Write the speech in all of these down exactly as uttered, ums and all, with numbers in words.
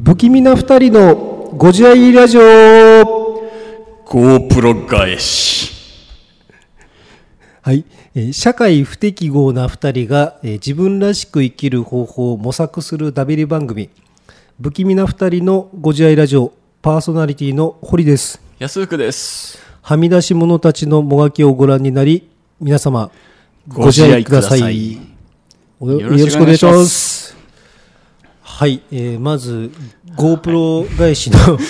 不気味な二人のご自愛ラジオ GoPro 返し。 はい、えー、社会不適合な二人が、えー、自分らしく生きる方法を模索するダベリ番組不気味な二人のご自愛ラジオ、パーソナリティの堀です。 安福です。 はみ出し者たちのもがきをご覧になり、皆様ご自愛ください。よろしくお願いします。はい、えー、まず GoPro 返しの、はい、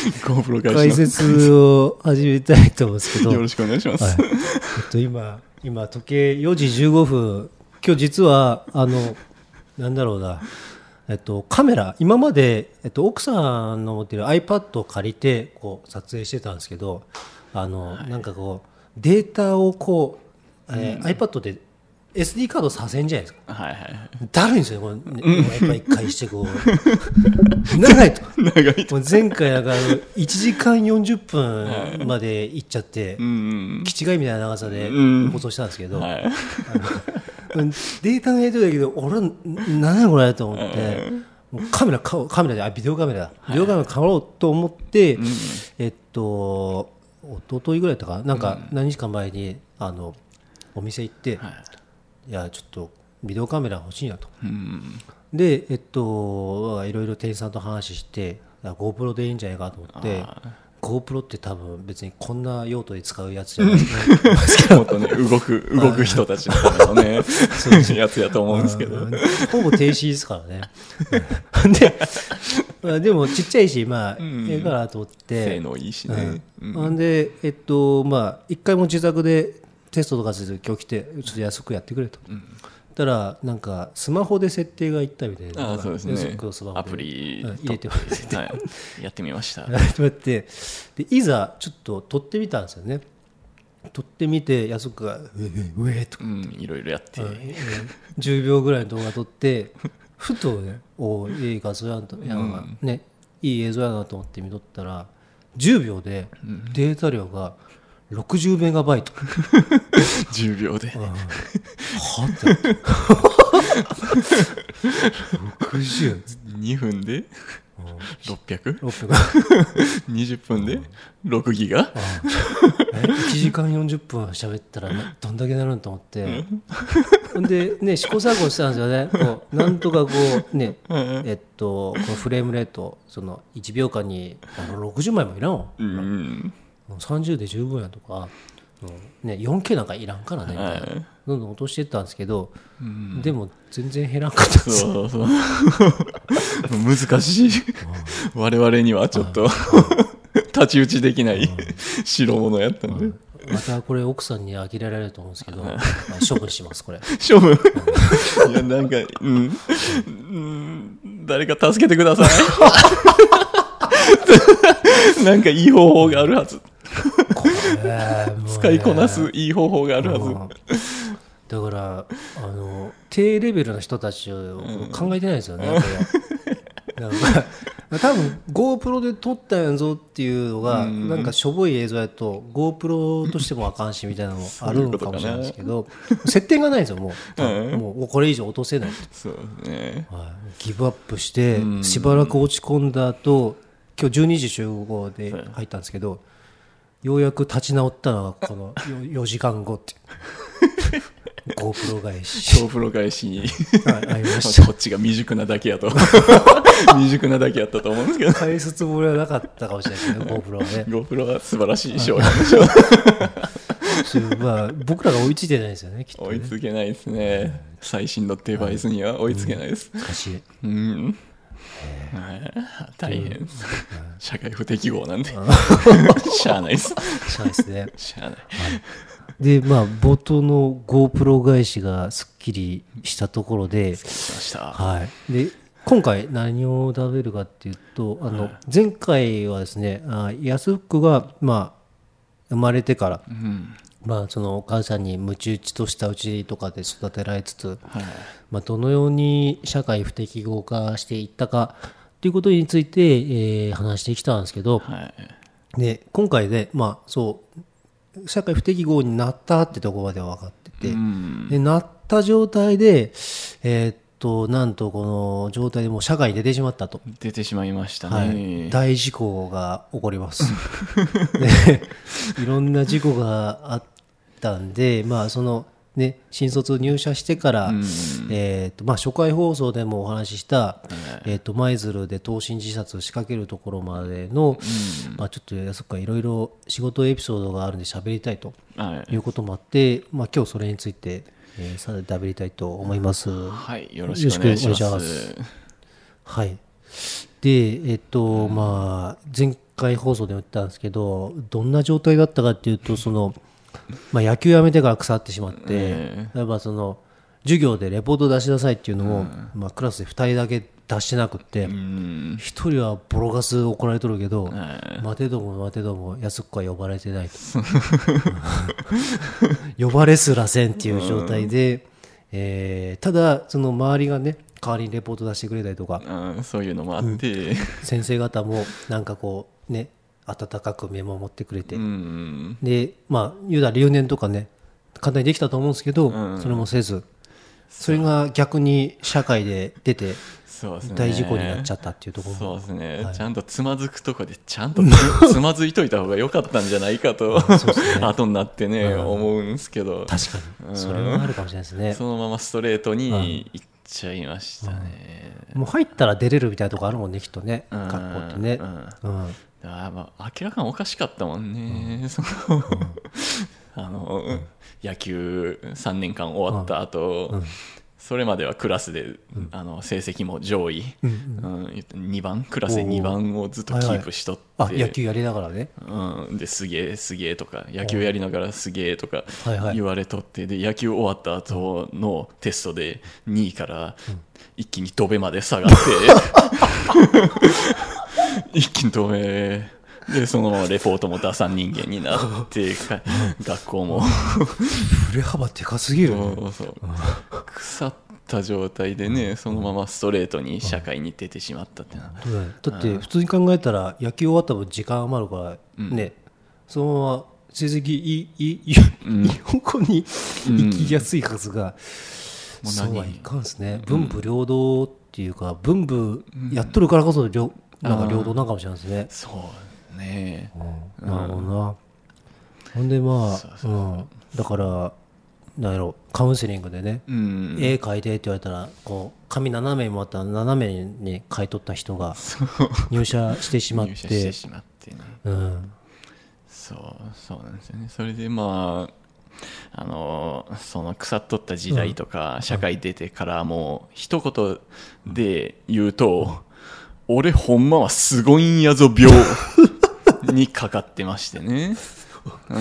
解説を始めたいと思うんですけどよろしくお願いします、はい。 えっと、今, 今時計よじじゅうごふん、今日実はあのなんだろうな、えっと、カメラ今まで、えっと、奥さんの持っている iPad を借りてこう撮影してたんですけど、あの、はい、なんかこうデータをこう、えーうん、iPad でエスディー カードさせんじゃないですか、はいはいはい、だるいんですよこれ、ね、うん、やっぱり一回してこう長いと長いともう前回だからいちじかんよんじゅっぷんまで行っちゃって、はい、気違いみたいな長さで放送したんですけど、うんはい、あのデータのやり取りだけど俺何やこれと思って、もうカメラカメラであビデオカメラだビデオカメラ買おうと思って、はい、えっと一昨日ぐらいだったかな、なんか何日か前にあのお店行って、はい、いやちょっとビデオカメラ欲しいなと、うん、でえっといろいろ店員さんと話して GoPro でいいんじゃないかと思って、 GoPro って多分別にこんな用途で使うやつじゃないですもっとね動く動く人たちのためのねやつやと思うんですけどほぼ停止ですからねで, でもちっちゃいしまあ、うん、ええかなと思って性能いいしね、 うんうん、でえっとまあ一回も自宅でテストとかすると今日来てちょっと安くやってくれと、うん、たらなんかスマホで設定がいったみたいな、 あそうですね、 安くスマホでアプリ入れてもらって、 はい、やってみましたやってもらってでいざちょっと撮ってみたんですよね。撮ってみて安くが上上とか、うん、 いろいろやって、うん、 じゅうびょうぐらいの動画撮ってふとねおいい画像やんと、うん、ね、いい映像やなと思って見とったらじゅうびょうでデータ量がろくじゅうメガバイトじゅうびょうで、うん、はってろくじゅうにふんでろっぴゃくろっぴゃくにじゅっぷんでろくギガえいちじかんよんじゅっぷん喋ったらどんだけなるんと思って、うん、でね試行錯誤したんですよね。こうなんとかこうねえっとこのフレームレートそのいちびょうかんにろくじゅうまいもいらんわ、うん、さんじゅうで十分やとか、ね、よんケー なんかいらんからねみたいな、はい、どんどん落としていったんですけど、うん、でも全然減らんかったんですよ。そうそう難しい我々にはちょっと太刀打ちできない代物やったんで、 またこれ奥さんにあげられると思うんですけど処分しますこれ処分いやなんか、うんうん、誰か助けてくださいなんかいい方法があるはずこれ使いこなすいい方法があるはず、うん、 だからあの低レベルの人たちを考えてないですよね、うん、これなんか多分 GoPro で撮ったやんぞっていうのが、うん、なんかしょぼい映像やと GoPro としてもあかんしみたいなのもあるのかもしれないですけど設定がないんですよもう、うん、もうこれ以上落とせないそうですね、 はい、ギブアップしてしばらく落ち込んだ後今日じゅうにじ集合で入ったんですけど、ようやく立ち直ったのがこのよじかんごって GoPro 返し GoPro 返しにありましたこっちが未熟なだけやと未熟なだけやったと思うんですけど返すつもりはなかったかもしれないですけど GoPro はね GoPro は素晴らしい商品でしょまあ、僕らが追いついてないですよねきっとね。 追いつけないですね、うん、最新のデバイスには追いつけないです、 うん、難しい、 うん大変です、うん、社会不適合なんでしゃあないですしゃあないですねしゃあない、はい、 でまあ冒頭の GoPro 返しがすっきりしたところで、はい、で今回何を食べるかっていうとあの、はい、前回はですねあ安福がまあ生まれてから、うんまあ、そのお母さんに鞭打ちとしたうちとかで育てられつつ、はいまあ、どのように社会不適合化していったかということについて、えー、話してきたんですけど、はい、で今回で、まあ、そう社会不適合になったってところまでは分かってて、うん、でなった状態で、えー、っとなんとこの状態でもう社会に出てしまったと、 出てしまいましたはね、 い、大事故が起こりますでいろんな事故があったんで、まあそのね、新卒入社してから、 うんえーとまあ、初回放送でもお話しした、えーと舞鶴で投身自殺を仕掛けるところまでの、 うんまあ、ちょっとやそっかいろいろ仕事エピソードがあるんで喋りたいとはいいうこともあって、まあ、今日それについて、えー、さらに喋りたいと思います。 はいよろしくお願いします。 よろしくお願いします。はいでえっとまあ、前回放送でも言ったんですけど、どんな状態だったかっていうと、そのまあ、野球やめてから腐ってしまって、 え例えばその授業でレポート出しなさいっていうのを、まあ、クラスでふたりだけ出してなくって、 うんひとりはボロカス怒られとるけど、 え待てども待てども安っ子は呼ばれてないと呼ばれすらせんっていう状態で、えーただその周りがね代わりにレポート出してくれたりとか、 うんそういうのもあって、 先生方もなんかこうね温かく見守ってくれて、 うんでまあ言うたら留年とかね簡単にできたと思うんですけど、 うんそれもせず、それが逆に社会で出てそうですね大事故になっちゃったっていうところも、 そうですね、 はいちゃんとつまずくとこでちゃんとつつまずいといた方が良かったんじゃないかとそうですね後になってね、 うん思うんですけど、 確かにそれはあるかもしれないですね、 そのままストレートに行っちゃいましたね、 もう入ったら出れるみたいなとこあるもんねきっとね、 うん学校ってね、 うんうんあまあ明らかにおかしかったもんね、そのあの、野球さんねんかん終わった後、 うんそれまではクラスで、あの成績も上位、うんにばんクラスでにばんをずっとキープしとって、 あ野球やりながらね、 うん、ですげえすげえとか野球やりながらすげえとかはいはい言われとって、で野球終わった後のテストでにいから一気にドベまで下がって一気にドベでそのままレポートも打算人間になってか学校も振れ幅でかすぎる、 そうそう腐った状態でねそのままストレートに社会に出てしまったっていうのは、 そうだねだって普通に考えたら野球終わった分時間余るからね、そのまま成績いいいいいい方向に行きやすいはずが、 もう何そうはいかんですね、文武両道っていうか文武やっとるからこそ両なんか両道なんかもしれないですね、 そうね、 うんなるほどな、ほんでまあそうそうそううん、だからなんやろカウンセリングでね、 うん絵描いてって言われたらこう紙斜めにもあったら斜めに描いとった人が入社してしまっ入社しててしまってね、 うんそうそうなんですよね。それでまああのその腐っとった時代とか、社会出てからも一言で言うと、俺ほんまはすごいんやぞ病にかかってましてね、うん、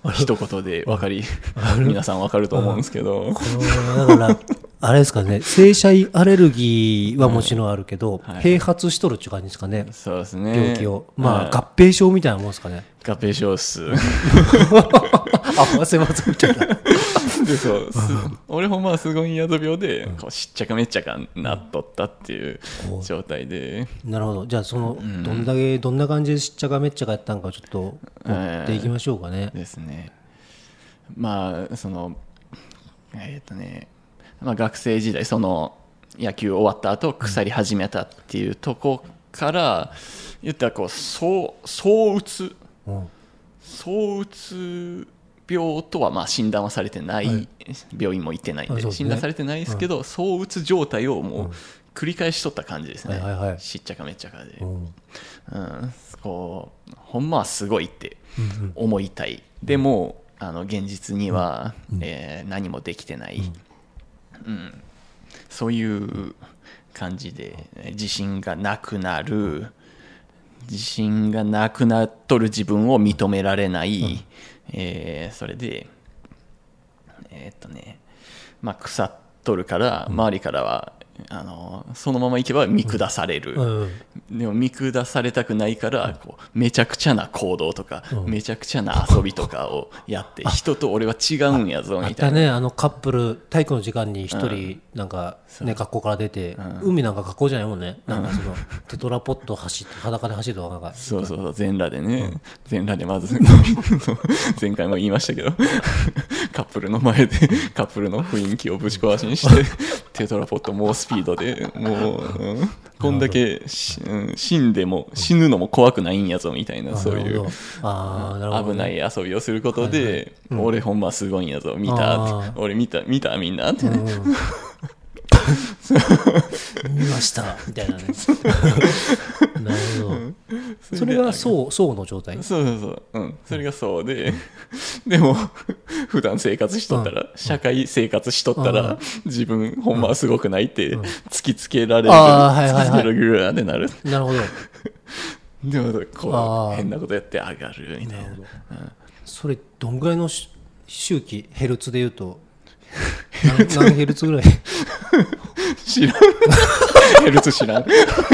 一言で分かり皆さん分かると思うんですけど、 このだからあれですかね、正社員アレルギーはもちろんあるけど、 はい併発しとるっていう感じですかね、 そうですね、 病気を、まあ、 はい合併症みたいなもんですかね、 合併症っすあわせわざみたいなでそうす俺ほんまはすごいんやぞ病で、こうしっちゃかめっちゃかなっとったっていう状態で、 なるほど、じゃあその、どんだけどんな感じでしっちゃかめっちゃかやったんかちょっと持っていきましょうかね、 ですね。まあそのえっ、とね、まあ、学生時代その野球終わった後腐り始めたっていうとこから言ったらこうそう躁うつうん躁うつ病とはまあ診断はされてない、 はい病院も行ってないんであそうですね診断されてないですけど、躁うつ状態をもう繰り返しとった感じですね、 はいはいはいしっちゃかめっちゃかで、 うんうん、こうほんまはすごいってうん思いたい、でもあの現実には、えー何もできてない、うんそういう感じで自信がなくなる、自信がなくなっとる自分を認められない、えーそれでえーっとねまあ腐っとるから周りからはあのそのままいけば見下される、 うんでも見下されたくないからこうめちゃくちゃな行動とか、 うんめちゃくちゃな遊びとかをやって人と俺は違うんやぞあっみたいな、 たね、あのカップル体育の時間に一人なんかね学校から出て、 うん、 海なんか学校じゃないもんね、なんかそのテトラポット走って裸で走るとかなんかそうそうそう全裸でね、うん、全裸でまず前回も言いましたけどカップルの前でカップルの雰囲気をぶち壊しにしてテトラポット猛スピードでもう、うん、こんだけ、うん、死んでも死ぬのも怖くないんやぞみたいなそういうあなるほど、ね、 危ない遊びをすることで、はいはいうん、俺ほんますごいんやぞ見たって俺見た見たみんなってね、うん、 見ましたみたいなねなるほど、うん、そ, それがそうそうの状態そうそうそう、うん、それがそうででも普段生活しとったら、うん、社会生活しとったら、うん、自分ほんまはすごくないって突きつけられる、うん、突きつけるぐらいでなるなるほどでもこう変なことやって上がるみたいな、うん、 それどんぐらいの周期ヘルツでいうと何, 何ヘルツぐらい知らんヘルツ知らんち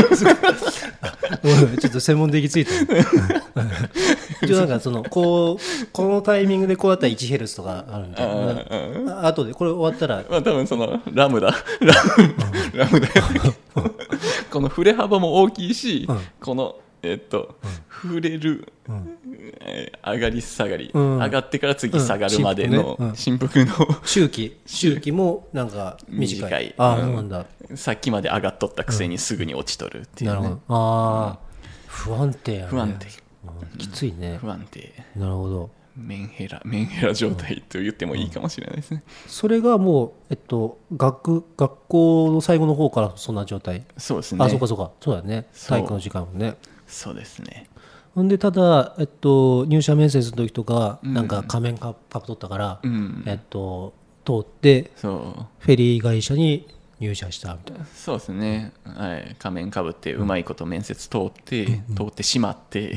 ょっと専門的ついて一応なんかそのこうこのタイミングでこうやったらいちヘルツとかあるんで、ああとでこれ終わったら、 まあ、多分そのラムダラム, ラムダこの振れ幅も大きいし、うん、このえっと、うん、触れる、うんえー、上がり下がり、うん、上がってから次下がるまでの振幅の周期周期もなんか短い、短いあ、うん、なんださっきまで上がっとったくせにすぐに落ちとるっていう、ね、 なるほどあ、うん、不安定やね不安定、 うん、きついね不安定なるほどメンヘラメンヘラ状態と言ってもいいかもしれないですね、 うん、それがもう、えっと、学, 学校の最後の方からそんな状態そうですねあそうかそうかそうだね体育の時間もねそうですねほんでただ、えっと、入社面接の時とか、うん、なんか仮面かぶっとったから、うんえっと、通ってそうフェリー会社に入社したみたいなそうですね、はい、仮面かぶってうまいこと面接通って、うん、通ってしまって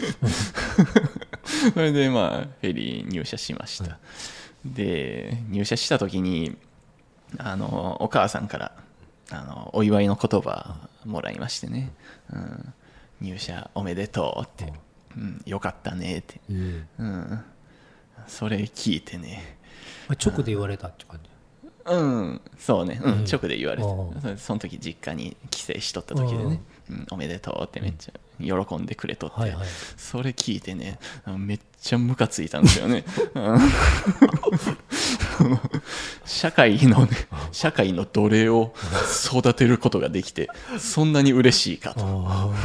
それでまあフェリー入社しました、うん、で入社した時にあのお母さんからあのお祝いの言葉もらいましてね、うん入社おめでとうって、うん、よかったねって、うんうん、それ聞いてね直で言われたって感じうんそうね、うん、直で言われてその時実家に帰省しとった時でね、うん、おめでとうってめっちゃ喜んでくれとって、はいはい、それ聞いてねめっちゃムカついたんですよね社会のね社会の奴隷を育てることができてそんなに嬉しいかと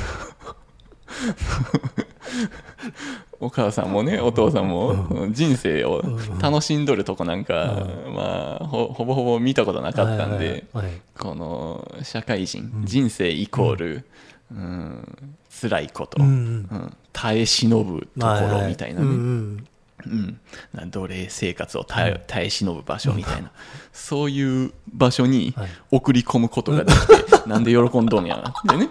お母さんもねお父さんも人生を楽しんどるとこなんか、まあ、ほ, ほぼほぼ見たことなかったんで、はいはいはい、この社会人、うん、人生イコール、うん、辛いこと、うんうん、耐え忍ぶところみたいなね、はいはいうんうん、奴隷生活を耐 え,、うん、耐え忍ぶ場所みたいな、うん、そういう場所に送り込むことができて、はい、なんで喜んどんやってね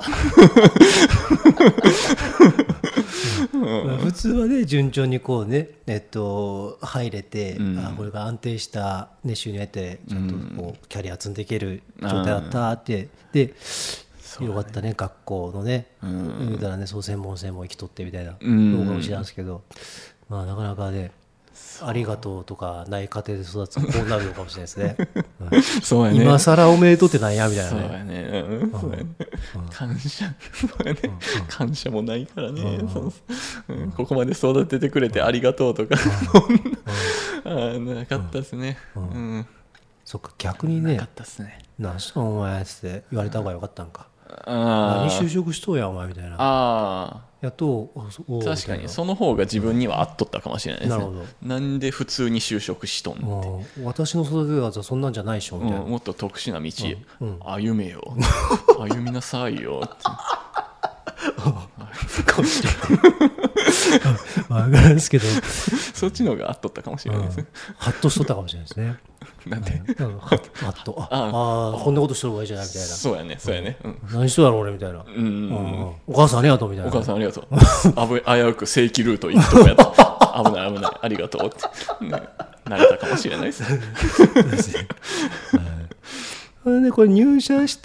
まあ、普通はね順調にこうね、えっと、入れて、うん、あこれが安定した、ね、収入を得てちゃんとこうキャリア積んでいける状態だったって、うん、でよかったね学校のね、うん、言うたらねそう専門性も生きとってみたいな動画を知らんすけど、まあ、なかなかねありがとうとかない家庭で育つとこうなるのかもしれないですね、うん、そうやね今更おめでとうってなんやみたいなねそうやね、うんそうやねうん、感謝そうやね、うん、 感謝もないからね、うんそうそううん、ここまで育ててくれてありがとうとか、うん、あなかったですね、うんうん、 そっか逆にねなかったっすね何したんお前って言われた方がよかったんか、あ何就職しとうやお前みたいなあやと確かにその方が自分には合っとったかもしれないですね、なるほどなんで普通に就職しとんって私の育て方はそんなんじゃないでしょみたいな、 うん、もっと特殊な道、うんうん、歩めよ歩みなさいよってかもしれない分からんですけどそっちの方が合っとったかもしれないです、うん、 ハッとしとったかもしれないですねなんで、 うん、ハッとあああこんなことしとる場合じゃないみたいなそうやねそうやね、うん、 何しとるだろう俺みたいな、うんうんうん、お母さんありがとうみたいな、 お母さんありがとう危うく正規ルート行くとこやった危ない危ないありがとうって、ね、なれたかもしれないですでこれ入社して、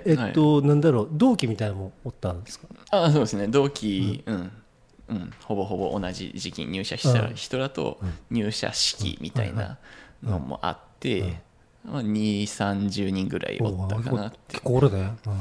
えっとはい、なんだろう同期みたいなのもおったんですか？ あそうですね同期、うんうんうん、ほぼほぼ同じ時期に入社した人だと入社式みたいなのもあって、 まあ、にじゅう、さんじゅうにんぐらいおったかなって。 結構おるね、うんうん、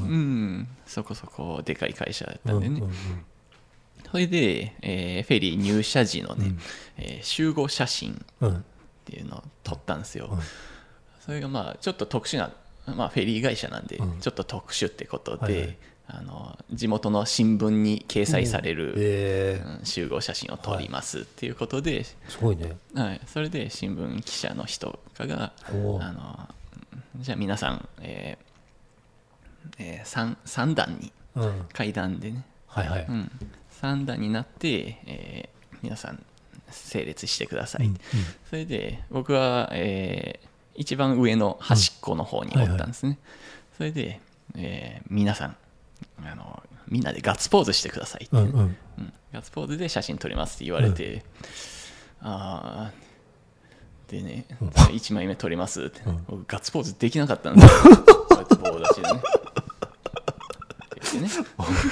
そこそこでかい会社だったんでね。 うんうんうん、 それで、えーフェリー入社時のね、 うんえー集合写真うんっていうのを撮ったんですよ。 うんそれがまあちょっと特殊な、まあ、フェリー会社なんでうんちょっと特殊ってことで、 はいはい、 あの地元の新聞に掲載される、 えうん集合写真を撮りますっていうことで、 ー、すごいね。 はい、それで新聞記者の人とかがおーあのじゃあ皆さん、えーえー、3, 三段にうん、 階段でね、 はいはい、 うん、さん段になって、えー皆さん整列してください、 うんうんそれで僕は、えー一番上の端っこの方におったんですね、それで、えー皆さんあのみんなでガッツポーズしてくださいって、 うんうんうんガッツポーズで写真撮りますって言われて、あーでね、いちまいめ撮りますって、 うん僕ガッツポーズできなかったんですよこうやって棒立ちでねって言ってね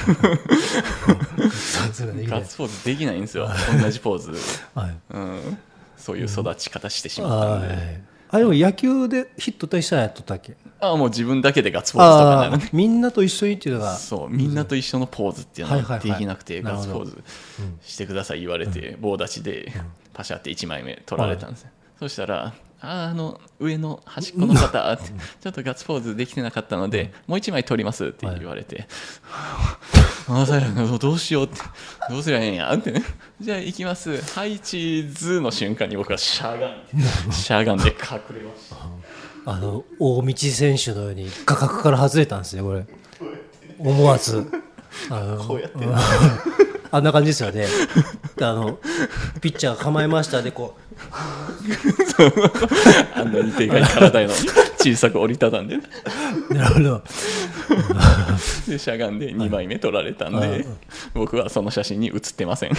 そうそうできないガッツポーズできないんですよ同じポーズ、 はいうん、そういう育ち方してしまったんで、 はいあでも野球でヒット対したらやっとったっけ。 ああもう自分だけでガッツポーズとかなああるねみんなと一緒にっていうのがそうみんなと一緒のポーズっていうのはいはいはいはできなくてなるほどガッツポーズしてください言われて棒立ちでパシャっていちまいめ取られたんですよ、そしたらあーあの上の端っこの方ってちょっとガッツポーズできてなかったのでもういちまい取りますって言われて、ああそうやなどうしようってどうすりゃええんやってねじゃあ行きますはいチーズの瞬間に僕はしゃがんでしゃがんで隠れましたあの大道選手のように画角から外れたんですよこれ思わずあのこうやってうんあんな感じですよねあのピッチャーが構えましたでこうあんなにでかい体の小さく折りたたんでなるほどでしゃがんでにまいめ撮られたんで、僕はその写真に写ってません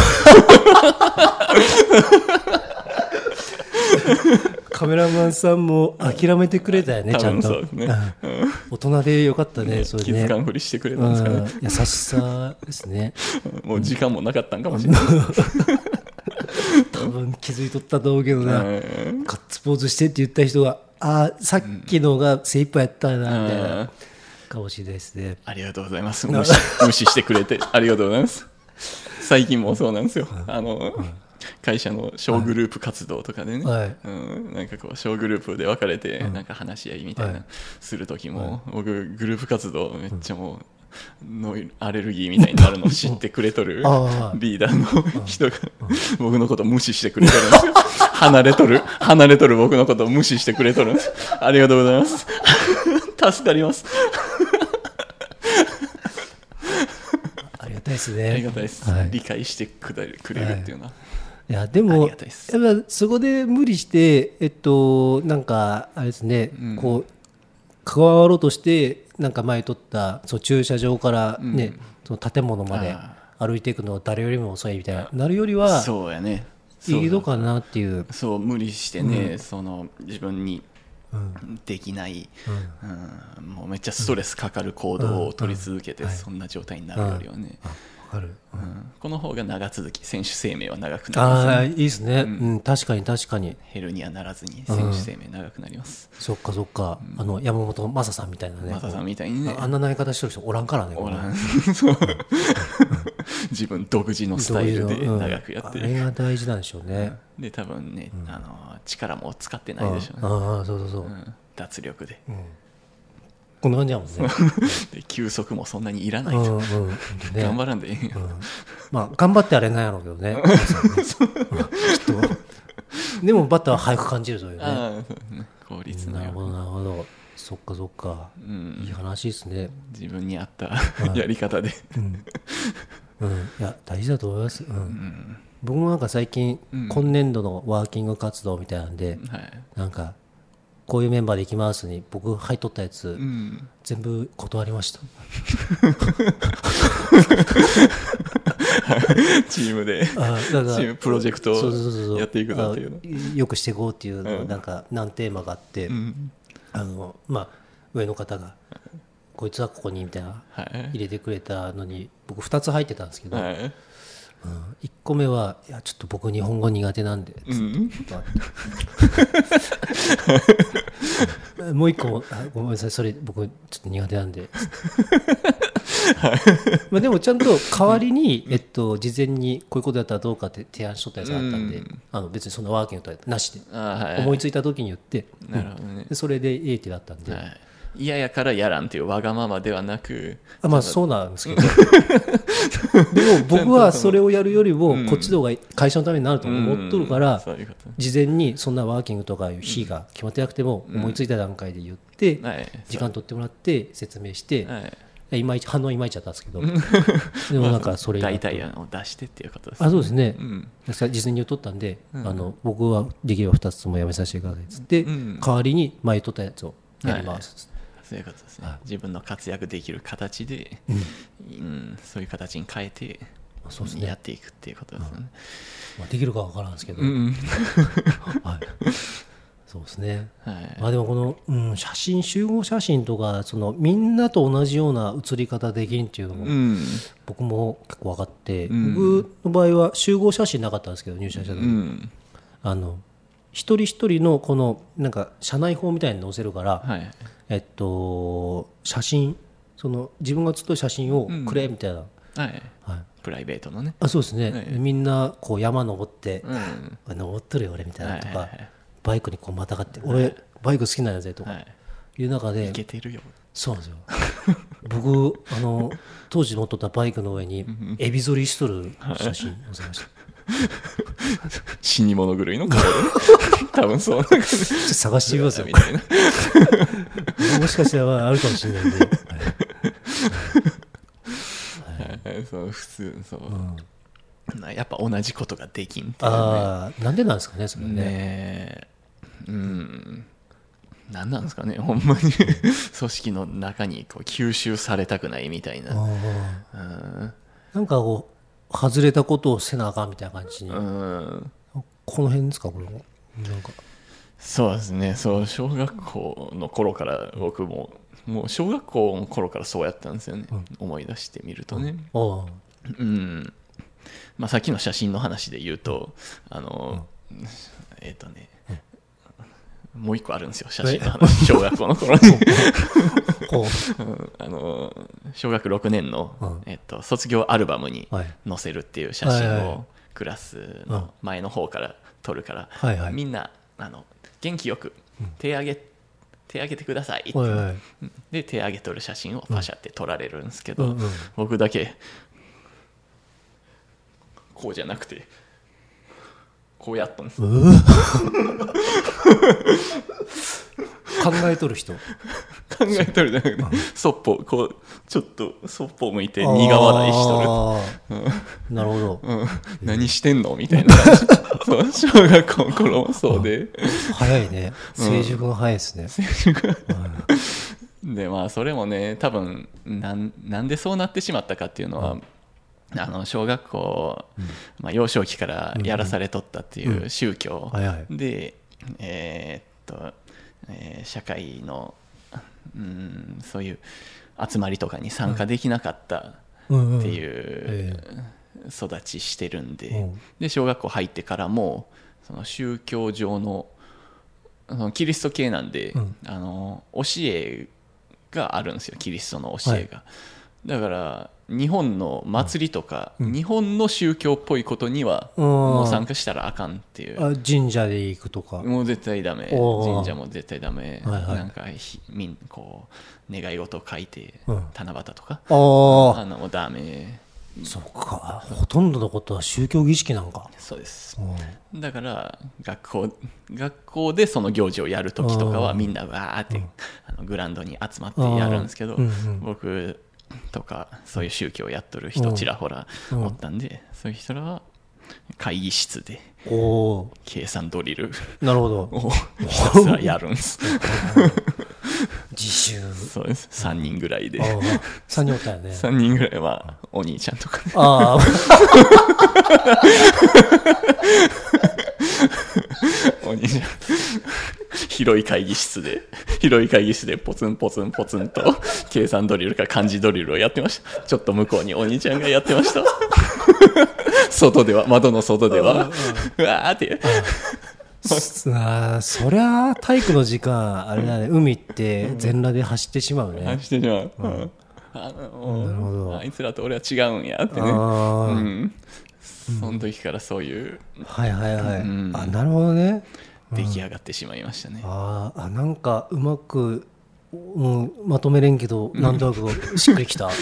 カメラマンさんも諦めてくれたよねちゃんと、 多分そうですねうん大人でよかったねねそれね気づかんふりしてくれたんですかね、 うん優しさですねもう時間もなかったんかもしれない、 多分気づいとったと思うけどな、 うんガッツポーズしてって言った人がああさっきのが精一杯やったなみたいうんなかもしれないですね。 ありがとうございます無視無視してくれてありがとうございます最近もそうなんですよあの会社の小グループ活動とかでね、 はいうん、なんかこう小グループで分かれてうんなんか話し合いみたいな、 はいする時も、僕グループ活動めっちゃもうノイアレルギーみたいになるのを知ってくれとるああリーダーの人が僕のことを無視してくれとるんですよ離れとる離れとる僕のことを無視してくれとるんですありがとうございます助かりますありがたいですね。 ありがたいです、 はい理解してくれるくれるっていうのは、 いやであもりがたいですやっぱそこで無理してえっとなんかあれですね、 うんこう関わろうとしてなんか前取ったそう駐車場からね、 うんその建物まであ歩いていくのは誰よりも遅いみたいななるよりはそうやねいいのかなっていう。 そう無理してね、その自分にうんできない、 うんうんもうめっちゃストレスかかる行動を取り続けて、 うんそんな状態になるよりはね、 あわかる、 うんこの方が長続き選手生命は長くなりますああねいいですね、 ううんん確かに確かにヘルニアならずに選手生命長くなります、 そっかそっか、あの山本昌さんみたいなねマサさんみたいにねああんな投げ方してる人おらんからねおらんこそう自分独自のれスタイルでうん長くやってあれが大事なんでしょうね、 で多分ね、あの力も使ってないでしょうね、 ああそうそうそう、 うん脱力でこんな感じやもんねで休息もそんなにいらないうんと、 うんね頑張らんでいい、 うんまあ頑張ってあれなんやろうけどねうんきっとでもバッターは早く感じるというねああそうね効率のようなるほどなるほどそっかそっか、 うんいい話ですね自分に合ったやり方で、 うん、うん、いや大事だと思います、うんうん僕もなんか最近、 うん今年度のワーキング活動みたいなんで、 はいなんかこういうメンバーで行きますに僕入っとったやつ、 うん、 全部断りましたチームでチあだからームプロジェクトそうそうそうそうをやっていくぞっていうのあよくしていこうっていうのうんなんか何テーマがあって、 うんあのまあ上の方がこいつはここにみたいなはい入れてくれたのに僕ふたつ入ってたんですけど、 はいうん、いっこめはいやちょっと僕日本語苦手なんで、 うんちょっと待ってもう一個もあごめんなさいそれ僕ちょっと苦手なんでまあでもちゃんと代わりに、えっと、事前にこういうことやったらどうかって提案しとったやつがあったんで、うん、あの別にそのワーキングとかなしで思いついた時に言って、 なるほどね、 でそれでいい手だったんで、 はい嫌やからやらんっていうわがままではなくあまあそうなんですけどでも僕はそれをやるよりもこっちの方が会社のためになると思っとるから、うんうん、うう事前にそんなワーキングとかいう日が決まってなくても思いついた段階で言って、うんはい、時間取ってもらって説明して、はい、いまいち反応いまいちゃったんですけどでもなんかそれ大体を出してっていうことですね。あそうですね、うん、事前に言っとったんで、うん、あの僕はできればふたつもやめさせてくださいっつって、うん、代わりに前言っとったやつをやります、はいそういうことですね、はい、自分の活躍できる形で、うんうん、そういう形に変えてそうですね、やっていくっていうことですね、うんまあ、できるかわからんですけど、うんはい、そうですね、はいまあ、でもこの、うん、写真集合写真とかそのみんなと同じような写り方できんっていうのも、うん、僕も結構分かって、うん、僕の場合は集合写真なかったんですけど入社した時に、うん、あの一人一人のこのなんか社内法みたいに載せるから、はいえっと、写真その自分が写った写真をくれみたいな、うんはいはい、プライベートのねあそうですね、はい、みんなこう山登って、うん、登っとるよ俺みたいなとか、はいはいはい、バイクにこうまたがって、はい、俺バイク好きなんやぜとかいう中で、 いけてるよそうなんですよ僕あの当時乗っとったバイクの上にエビ反りしとる写真載せました死に物狂いの顔で多分そうなんか、ね、ちょっと探してみますよみたいなもしかしたらあるかもしれないんで、はいはいはい、そう普通そう、うん、やっぱ同じことができんっていう、ね、あなんでなんですかねそれねねうん何なんですかねほんまに組織の中にこう吸収されたくないみたいな、うん、 なんかこう外れたことをせなあかんみたいな感じに、うん、この辺ですかこれもなんかそうですねそう小学校の頃から僕ももう小学校の頃からそうやったんですよね、うん、思い出してみるとね、うんうんまあ、さっきの写真の話で言うとあの、うん、えっ、ー、とね、うん、もう一個あるんですよ写真の話小学校の頃にあの小学ろくねんの、うんえっと、卒業アルバムに載せるっていう写真をクラスの前の方から撮るから、はいはい、みんなあの元気よく手上げ、うん、手上げてくださいって、はいはい、で手上げ撮る写真をパシャって撮られるんですけど、うんうんうん、僕だけこうじゃなくてこうやったんです、うん考えとる人考えとるじゃなくて、うん、そっぽこうちょっとそっぽ向いて苦笑いしとる、 うん、なるほど、 うん、何してんのみたいな感じそう小学校の頃もそうで、うん、 早いね成熟が早いですね、うん、成熟が、 うん、でまあそれもね多分なん、なんでそうなってしまったかっていうのは、うんあの小学校、うんまあ、幼少期からやらされとったっていう宗教で、えー、っと、えー、社会の、うん、そういう集まりとかに参加できなかったっていう育ちしてるんで、で小学校入ってからもその宗教上の、そのキリスト系なんで、うん、あの教えがあるんですよキリストの教えが、はい、だから日本の祭りとか、うん、日本の宗教っぽいことにはもう参加したらあかんっていう、 あ神社で行くとかもう絶対ダメ神社も絶対ダメ、はいはい、なんかみんこう願い事を書いて、うん、七夕とかあのもうダメそっかほとんどのことは宗教儀式なんかそうですだから学校学校でその行事をやるときとかはみんなわーって、うん、あのグラウンドに集まってやるんですけど、うんうん、僕とかそういう宗教をやっとる人ちらほらおったんで、うん、そういう人らは会議室で計算ドリルなるほどをひたすらやるんです自習そうですさんにんぐらいでさんにんおったよねさんにんぐらいはお兄ちゃんとか、ね、 あお兄ちゃん広い会議室で広い会議室でポツンポツンポツンと計算ドリルか漢字ドリルをやってましたちょっと向こうにお兄ちゃんがやってました外では窓の外ではうわーってあそりゃ体育の時間あれだね、海行って全裸で走ってしまうね。 走ってしまう、うん、あなるほど。 あいつらと俺は違うんやってね、 あ、 うん、その時からそういう、 はいはいはい、 うん、 あなるほどね、 出来上がってしまいましたね。 ああなんかうまく、うん、まとめれんけどなんとなくしっくりきた、うん、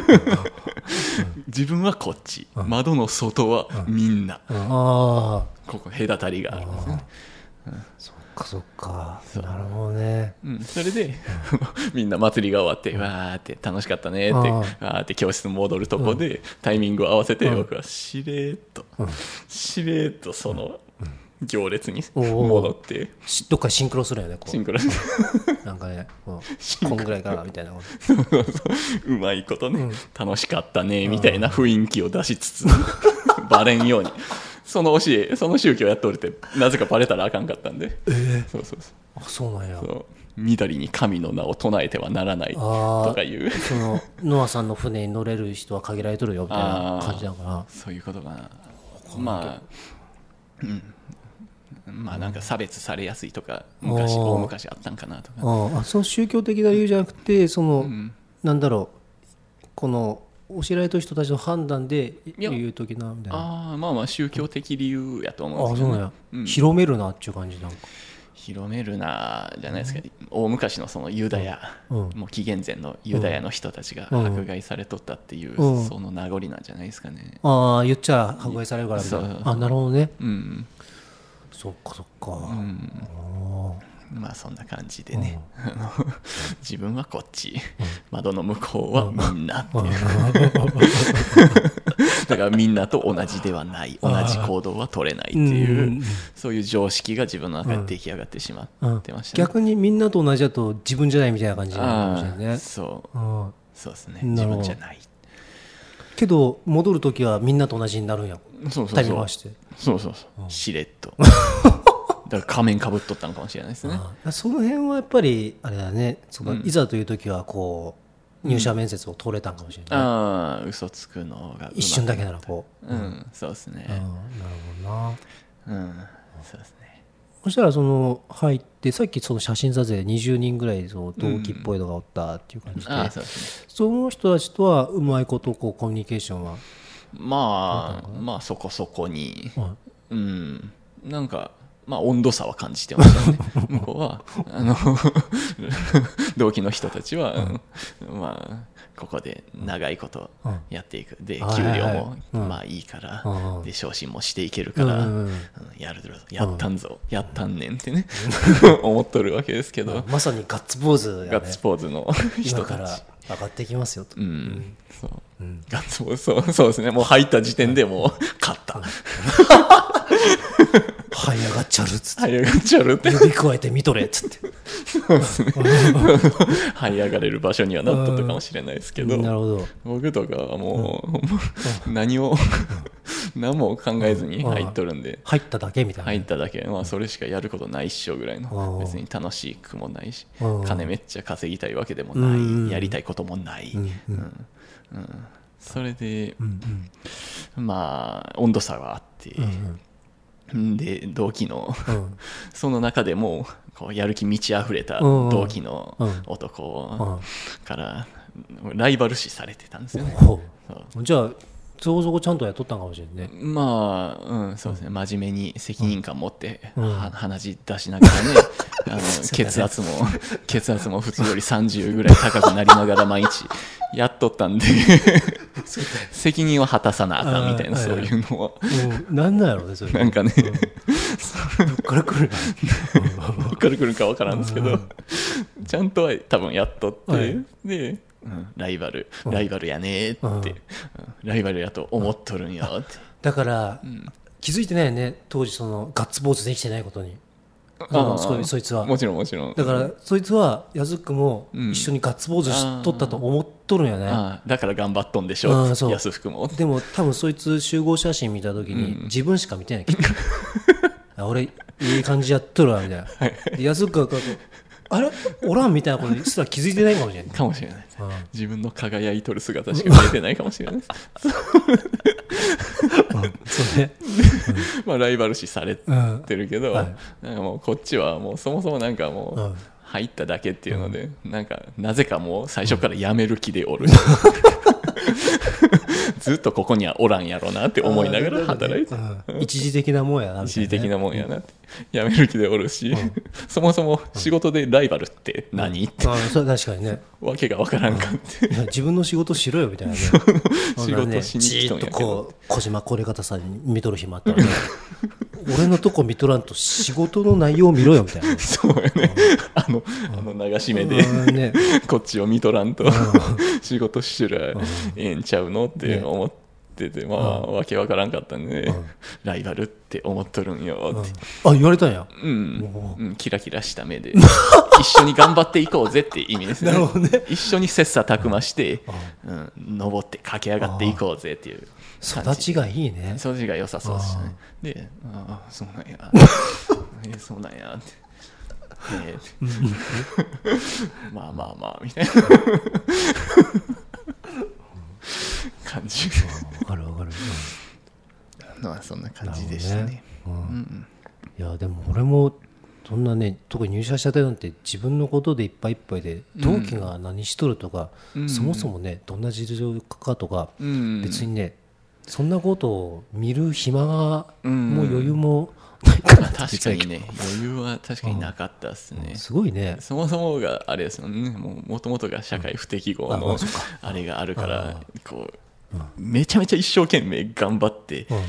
自分はこっち、うん、窓の外はみんな、うんうん、あここ隔たりがあるんですね、 うん、そっかそっか、なるほどね、 うん、それでみんな祭りが終わってわーって楽しかったねってわーって教室戻るとこで、うん、タイミングを合わせて僕はしれーっと、うん、しれーっとその行列に戻ってどっかシンクロするよね、こうシンクロなんかね、こんぐらいかなみたいなことうまいことね、うん、楽しかったねみたいな雰囲気を出しつつバレんようにその教えその宗教やっとるってなぜかバレたらあかんかったんで、 えー、 そうそうそう、 あそうなんや、 そう緑に神の名を唱えてはならないとかいうそのノアさんの船に乗れる人は限られとるよみたいな感じなのかな。 そういうことかな。まあうんまあなんか差別されやすいとか昔大昔あったんかなとか、 ああその宗教的な理由じゃなくてその、うん、なんだろうこの教えられた人たちの判断で言うときなみたいな。 あまあまあ宗教的理由やと思うんですけど、ね、あそうなんや、 うん、広めるなっていう感じなんか広めるなじゃないですか、うん、大昔のそのユダヤ、うん、もう紀元前のユダヤの人たちが迫害されとったっていう、うん、その名残なんじゃないですかね。 ああ言っちゃ迫害されるからみたいな。あなるほどね、うんそっかそっか、うん、 まあそんな感じでね、うん、自分はこっち、うん、窓の向こうはみんなっていう、うん、だからみんなと同じではない同じ行動は取れないっていう、うん、そういう常識が自分の中で出来上がってしまってましたね、 うん、逆にみんなと同じだと自分じゃないみたいな感じになるかもしれないね。 そう、うん、そうですね、自分じゃないけど戻るときはみんなと同じになるんや。 そうそうそうタイミング回してそうそうそう、うん、しれっとだから仮面かぶっとったのかもしれないですね。 あその辺はやっぱりあれだね、その、うん、いざというときはこう入社面接を通れたんかもしれない、うん、 ああ嘘つくのが一瞬だけならこう、うん、うん、そうですね、 なるほどな、 うんそうですね。 そしたらその入ってさっきその写真撮影にじゅうにんぐらいそう同期っぽいのがおったっていう感じで、うん、あそうですね、その人たちとはうまいことこうコミュニケーションはまあまあそこそこに、うん、うん、なんかまあ温度差は感じてましたね向こうはあの同期の人たちは、うん、まあここで長いことやっていく、で給料もまあいいから、で昇進もしていけるから、やるやったんぞ、やったんねんってね思っとるわけですけど、 まさにガッツポーズやね、 ガッツポーズの人たち今から上がってきますよと、 うんうん、そううん、ガッツポーズそう、そうですね、もう入った時点でもう勝った這い上がっちゃるっつって這い上がっちゃるって指加えて見とれっつってそうですね這い上がれる場所にはなっとったかもしれないですけど、 なるほど、 僕とかはもう、うん、何を何も考えずに入っとるんで、 入っただけみたいな、 入っただけ、まあ、それしかやることないっしょぐらいの、別に楽しくもないし金めっちゃ稼ぎたいわけでもない、やりたいこともない、うんうんうん、それで、うんうん、まあ温度差はあって、うんうん、で同期の、うん、その中でもこうやる気満ち溢れた同期の男からライバル視されてたんですよね、 うん、じゃあそこそこちゃんとやっとったんかもしれないね。 まあ、うん、そうですね、真面目に責任感持って、うん、鼻血出しながらね、あの血圧も血圧も普通よりさんじゅうぐらい高くなりながら毎日やっとったんで責任を果たさなあかんみたいな、そういうのはなんなんやろうね、それなんかね、 どっから来るどっから来るか分からんですけど、ちゃんとは多分やっとって、はい、でうん、ライバルライバルやねって、うん、ライバルやと思っとるんよって、 だから、うん、気づいてないよね当時そのガッツポーズできてないことに。ああそ, そいつはもちろんもちろんだからそいつはヤズックも一緒にガッツポーズしとったと思っとるんよね、うん、 あだから頑張っとんでしょう安福も。 でも多分そいつ集合写真見た時に自分しか見てないけど、うん、俺いい感じやっとるわみたいな、はい、ヤズックがあれおらんみたいなことにすら気づいてないかもしれないかもしれない、うん、自分の輝いとる姿しか見えてないかもしれないそうね、 まあライバル視されてるけど、 うんはい、 なんかもうこっちはもうそもそもなんかもう、うん入っただけっていうので、なんかなぜかもう最初から辞める気でおる、ずっとここにはおらんやろなって思いながら働いて、 うん、一時的なもんやな、ね、 一時的なもんやなって辞める気でおるし、うん、そもそも仕事でライバルって何、うん、ってあそれ確かにねわけがわからんかって、 うん、自分の仕事しろよみたいなね仕事しに来たんやけど、じーっとこう小島これ方さんに見とる暇あったらね俺のとこ見とらんと仕事の内容を見ろよみたいなそうやね、うん、あの、うん、あの流し目で、うんね、こっちを見とらんと、うん、仕事しちゅらええんちゃうのって思ってて、ね、まあ、うん、わけわからんかったんで、ねうん、ライバルって思っとるんよって、 うん、あ言われたんや、 うんうん、キラキラした目で一緒に頑張っていこうぜって意味ですね。 なるほどね、 一緒に切磋琢磨して、うん、登って駆け上がっていこうぜっていう育ちがいいね、 育ちが良さそうですね。で、ああそうなんやえそうなんやって、えー、まあまあまあみたいな感じ。 わかるわかる、 うん、まあそんな感じでしたね。ねうんうん、 いやでも俺もそんなね、特に入社したてなんて自分のことでいっぱいいっぱいで、同期が何しとるとか、うん、そもそもねどんな事情かとか、うん、別にねそんなことを見る暇が、うん、もう余裕もないかなって。 確かにね余裕は確かになかったですね、 うん、すごいね。 そもそもがあれですもんね、もともとが社会不適合の、うん、あれがあるからこう、うん、めちゃめちゃ一生懸命頑張って、うん、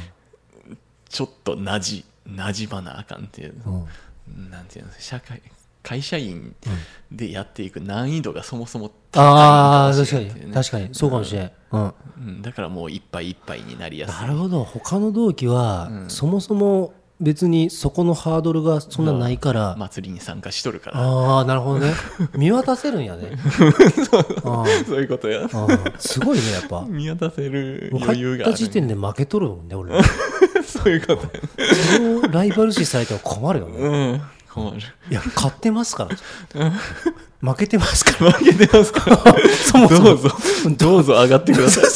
ちょっとなじなじまなあかんっていう、うん、なんていうの社会会社員でやっていく難易度がそもそも高い、ね、 ああ確かに確かにそうかもしれん、うんうん、だからもういっぱいいっぱいになりやすい。 なるほど、他の同期は、うん、そもそも別にそこのハードルがそんなないから、 祭りに参加しとるから。 ああなるほどね見渡せるんやねそうそういうことや。 すごいねやっぱ見渡せる余裕がある。 入った時点で負けとるもんね俺そういうことや、ね、 それをライバル視されても困るよね、うん困る。 いや勝ってますから負けてますから負けてますからそもそもどうぞどうぞ上がってください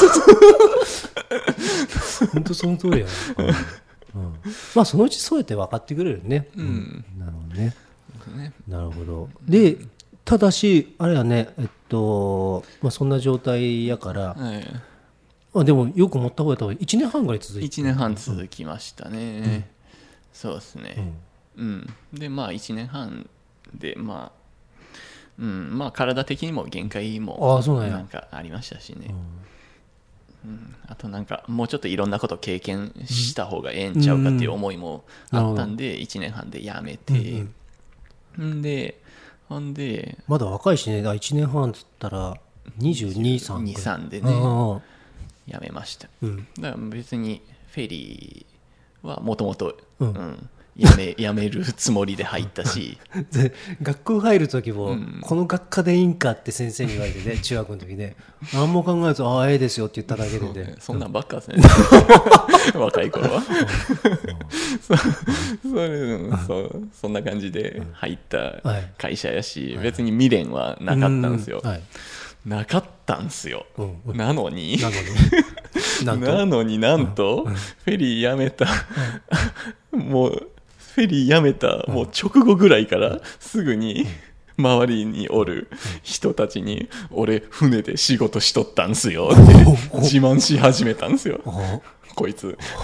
本当その通りやな、うんうん、まあそのうちそうやって分かってくれるね、うんうん、なるほどね、ねなるほど。でただしあれやねえっと、まあ、そんな状態やから、はい、まあ、でもよく持った方がやった方がいちねんはんぐらい続いていちねんはん続きましたね、うん、そうですね、うんうん、でまあいちねんはんでまあ、うんまあ、体的にも限界もなんかありましたしね、うん、あとなんかもうちょっといろんなこと経験した方がええんちゃうかっていう思いもあったんでいちねんはんでやめて、うんうん、でほんでまだ若いしね、いちねんはんっつったらにじゅうに、さんにじゅうに、さんでねやめました、うん、だから別にフェリーはもともとやめ、やめるつもりで入ったしで学校入る時も、うん、この学科でいいんかって先生に言われてね中学の時ね何も考えずああええですよって言っただけで、ね、 そんなんばっかですね若い頃はそ, そ, れ、うん、そ, そんな感じで入った会社やし、はい、別に未練はなかったんですよ、はい、なかったんすよ、うんうん、なのになのになのになんと、うん、フェリーやめたもうフェリーやめたもう直後ぐらいからすぐに周りにおる人たちに俺船で仕事しとったんすよって自慢し始めたんすよこいつひ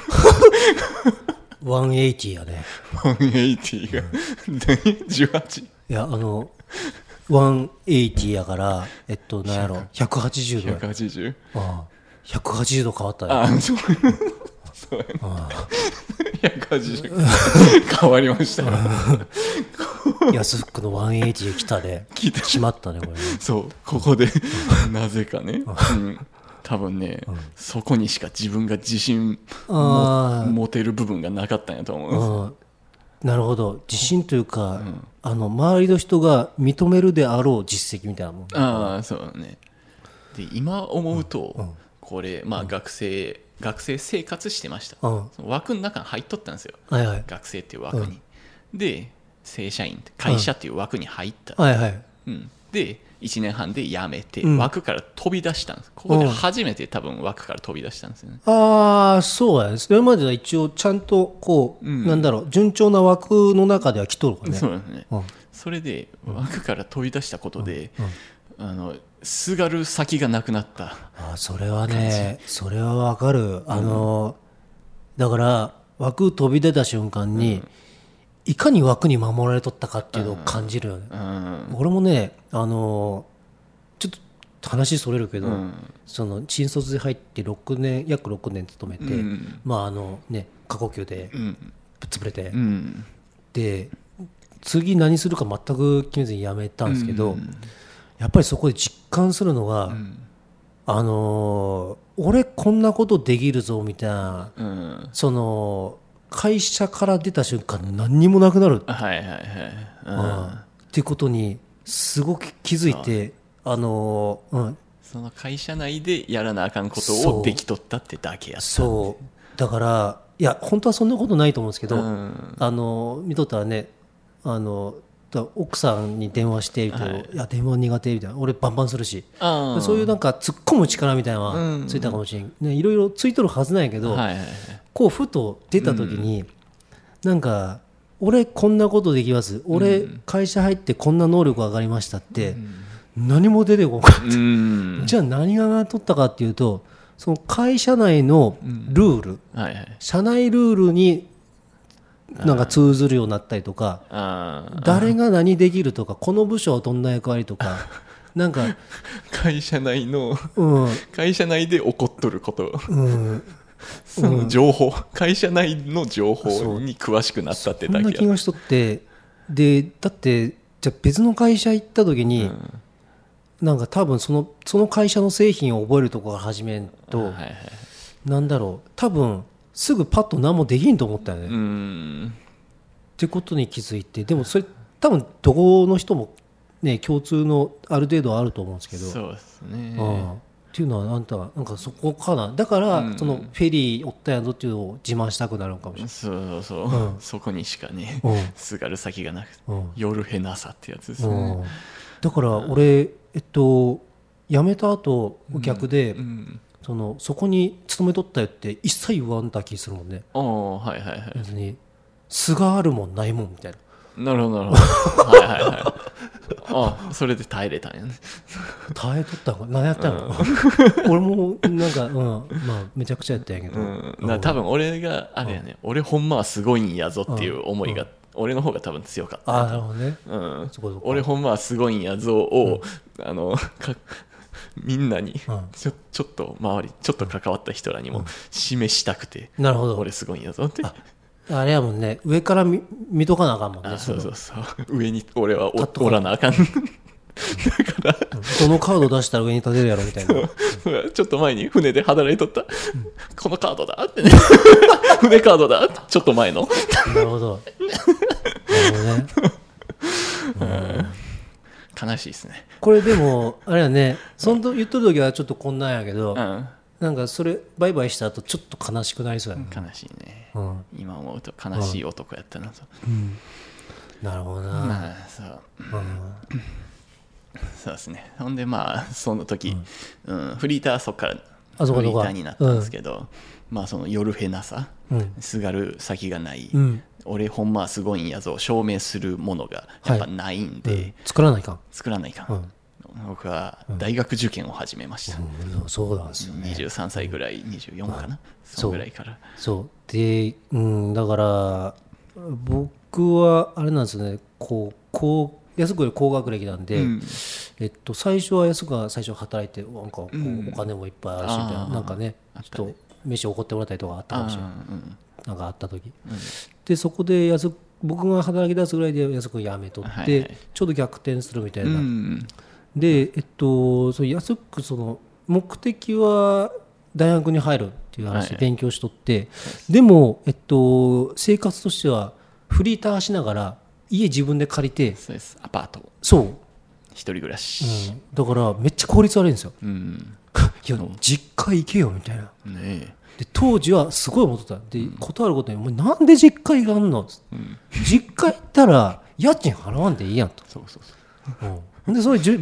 ゃくはちじゅうやねひゃくはちじゅうがじゅうはちいやあのひゃくはちじゅうやからえっと何やろひゃくはちじゅうどひゃくはちじゅうああひゃくはちじゅうど変わったねああそうそうやねああひゃくはちじゅう変わりました安福のひゃくはちじゅう来たで決まったねこれねそうここでなぜかね、うん、多分ね、うん、そこにしか自分が自信も持てる部分がなかったんやと思うんです。 なるほど自信というか、うん、あの周りの人が認めるであろう実績みたいなもん、ね、 ああそうねで今思うと、うんうん、これまあ学生、うん学生生活してました、うん、その枠の中に入っとったんですよ、はいはい、学生っていう枠に、うん、で正社員会社っていう枠に入った、 うんはいはいうん、でいちねんはんで辞めて、 うん枠から飛び出したんです。ここで初めて多分枠から飛び出したんですよね。 ああ、そうやね。それまでは一応ちゃんとこう、 うんなんだろう、順調な枠の中では来とるからね。 そうですね、 うんそれで枠から飛び出したことで、 うんあのすがる先がなくなった。 あーそれはね、それはわかる。あのーだから枠飛び出た瞬間に、いかに枠に守られとったかっていうのを感じるよね。 うん俺もね、あのーちょっと話それるけど、 うんその新卒で入ってろくねん約ろくねん勤めて、 うんまああのね過呼吸でうんぶっ潰れて、 うんで次何するか全く決めずに辞めたんですけど、 うんやっぱりそこで実感するのが、 うんあのー俺こんなことできるぞみたいな、 うんその会社から出た瞬間何にもなくなる、 はいはいはい、うんうんっていうことにすごく気づいて、あのーうん、 その会社内でやらなあかんことそうをできとったってだけやった。 そうだからいや本当はそんなことないと思うんですけど、 うんあの見とったらね、あのだ奥さんに電話してみたいな、 はいいや電話苦手みたいな、俺バンバンするし、 あーそういうなんか突っ込む力みたいなのうんはついたかもしれん、ね、いろいろついとるはずなんやけど、 はいはいはいこうふと出た時に、なんか俺こんなことできます、俺会社入ってこんな能力上がりましたって何も出てこなかった、 うんじゃあ何が上がっとったかっていうと、その会社内のルール、 はいはい社内ルールになんか通ずるようになったりとか、 あー誰が何できるとか、この部署はどんな役割とか、なんか、 会社内のうん、 会社内で起こっとることうん、 その情報、会社内の情報に詳しくなったってそんだけやな気がしとって、で、だって、じゃあ別の会社行った時に、なんか多分その、その会社の製品を覚えるところから始めんと、 はいはいなんだろう、多分すぐパッと何もできんと思ったよね。 うっんてことに気づいて、でもそれ、多分どこの人も、ね、共通のある程度あると思うんですけど、 そうですねうんっていうのはあんたはなんかそこかな、だから、 うんそのフェリーおったやぞっていうのを自慢したくなるのかもしれない。 そうそうそう、 うんそこにしかねうんすがる先がなくてうん夜へなさってやつですねうんだから俺、えっと、辞めた後逆で、 うんそのそこに勤めとったよって一切言わんだ気するもんね。 おーはいはいはい別に素があるもんないもんみたいな、 なるほどなるほどはいはいはいあそれで耐えれたんやね耐えとったんか何やったの、俺もなんか、うんまあ、めちゃくちゃやったんやけど、 うん、だから多分俺があれやね、俺ほんまはすごいんやぞっていう思いが、 うん俺の方が多分強かった、 ああなるほどね、 うんそこそこ俺ほんまはすごいんやぞを、あのかみんなにうんちょちょっと周りちょっと関わった人らにも示したくて、 なるほど、 俺すごいんやぞってあれやもんね、上から見見とかなあかんもんね。 あそうそうそのそう上に俺は立っとかおおらなあかんだからどのカード出したら上に立てるやろみたいな。 ちょっと前に船で働いとった、このカードだってね船カードだってちょっと前のなるほど。なるほどね。 悲しいですねこれでも、あれやね、そんと言っとる時はちょっとこんなんやけど、 うんなんかそれ、バイバイした後ちょっと悲しくなりそうやね。 悲しいね、 うん今思うと悲しい男やったなと、 なるほどな。 まあそうそうですねほんでまあその時、うんフリーターはそこからあそこそこフリーターになったんですけど、まあその夜へなさうん。 すがる先がない、 うん。 俺ほんまはすごいんやぞ証明するものがやっぱないんで、 うん作らないかん。 作らないかん、 うん僕は大学受験を始めました、 うんそうなんですよね。 にじゅうさんさいぐらいにじゅうよんかな、 そうそのぐらいからそう。で、うん、だから、僕はあれなんですよね、こう、こう、安くより高学歴なんで、 うんえっと、最初は安くが最初働いて、なんかこう、 うんお金もいっぱいあるしみたいな、 あーなんかね、 あっちょっと飯おごってもらったりとかあったかもしれない。 あーうんなんかあった時、 うんでそこで安く僕が働き出すぐらいで安く辞めとって、 はいはいちょうど逆転するみたいな、 うんでえっとそう安くその目的は大学に入るっていう話ではい勉強しとって、でも、えっと、生活としてはフリーターしながら家自分で借りて、 そうですアパートそう、 一人暮らし、 うん、だからめっちゃ効率悪いんですようんいや実家行けよみたいな。 ねえで当時はすごい思ってたで、断ることに「お前なんで実家行かんの?」 うん実家行ったら家賃払わんでいいやんと、 そうそうそううん、でそれじゅべ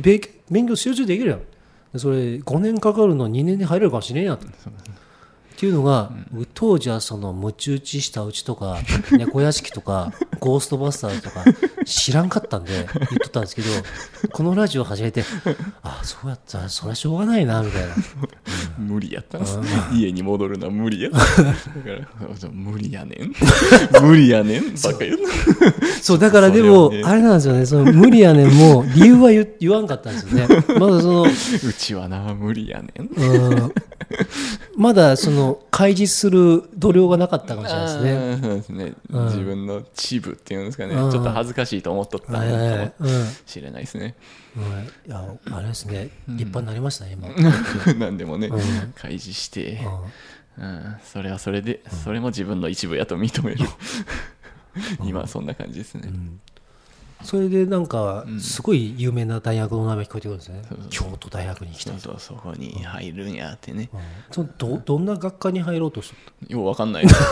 勉強集中できるやん。でそれごねんかかるのにねんで入れるかもしれんやんっていうのが、うん、当時はそのムチ打ちしたうちとか猫屋敷とかゴーストバスターズとか知らんかったんで言っとったんですけど、このラジオ始めてあそうやったらそりゃしょうがないなみたいな、 うん、無理やったんです、うん、家に戻るのは無理やだから無理やねん無理やねんばっか言うそうだからでも、ね、あれなんですよね、その無理やねんも理由は 言, 言わんかったんですよね。まだそのうちはな無理やねん、 うんまだその開示する度量がなかったかもしれないですね。 そうですね、うん、自分のチブっていうんですかね、うん、ちょっと恥ずかしいと思っとったのかもしれないですね、 うんうん、いやあれですね、立派になりましたね、今何でもね、うん、開示して、うんうん、それはそれで、それも自分の一部やと認める今はそんな感じですね、うんそれでなんかすごい有名な大学の名前聞こえてくるんですね、うん、京都大学に来た。 そうそうそこに入るんやってね、 うん、その ど, どんな学科に入ろうとしとった？ ようわかんないです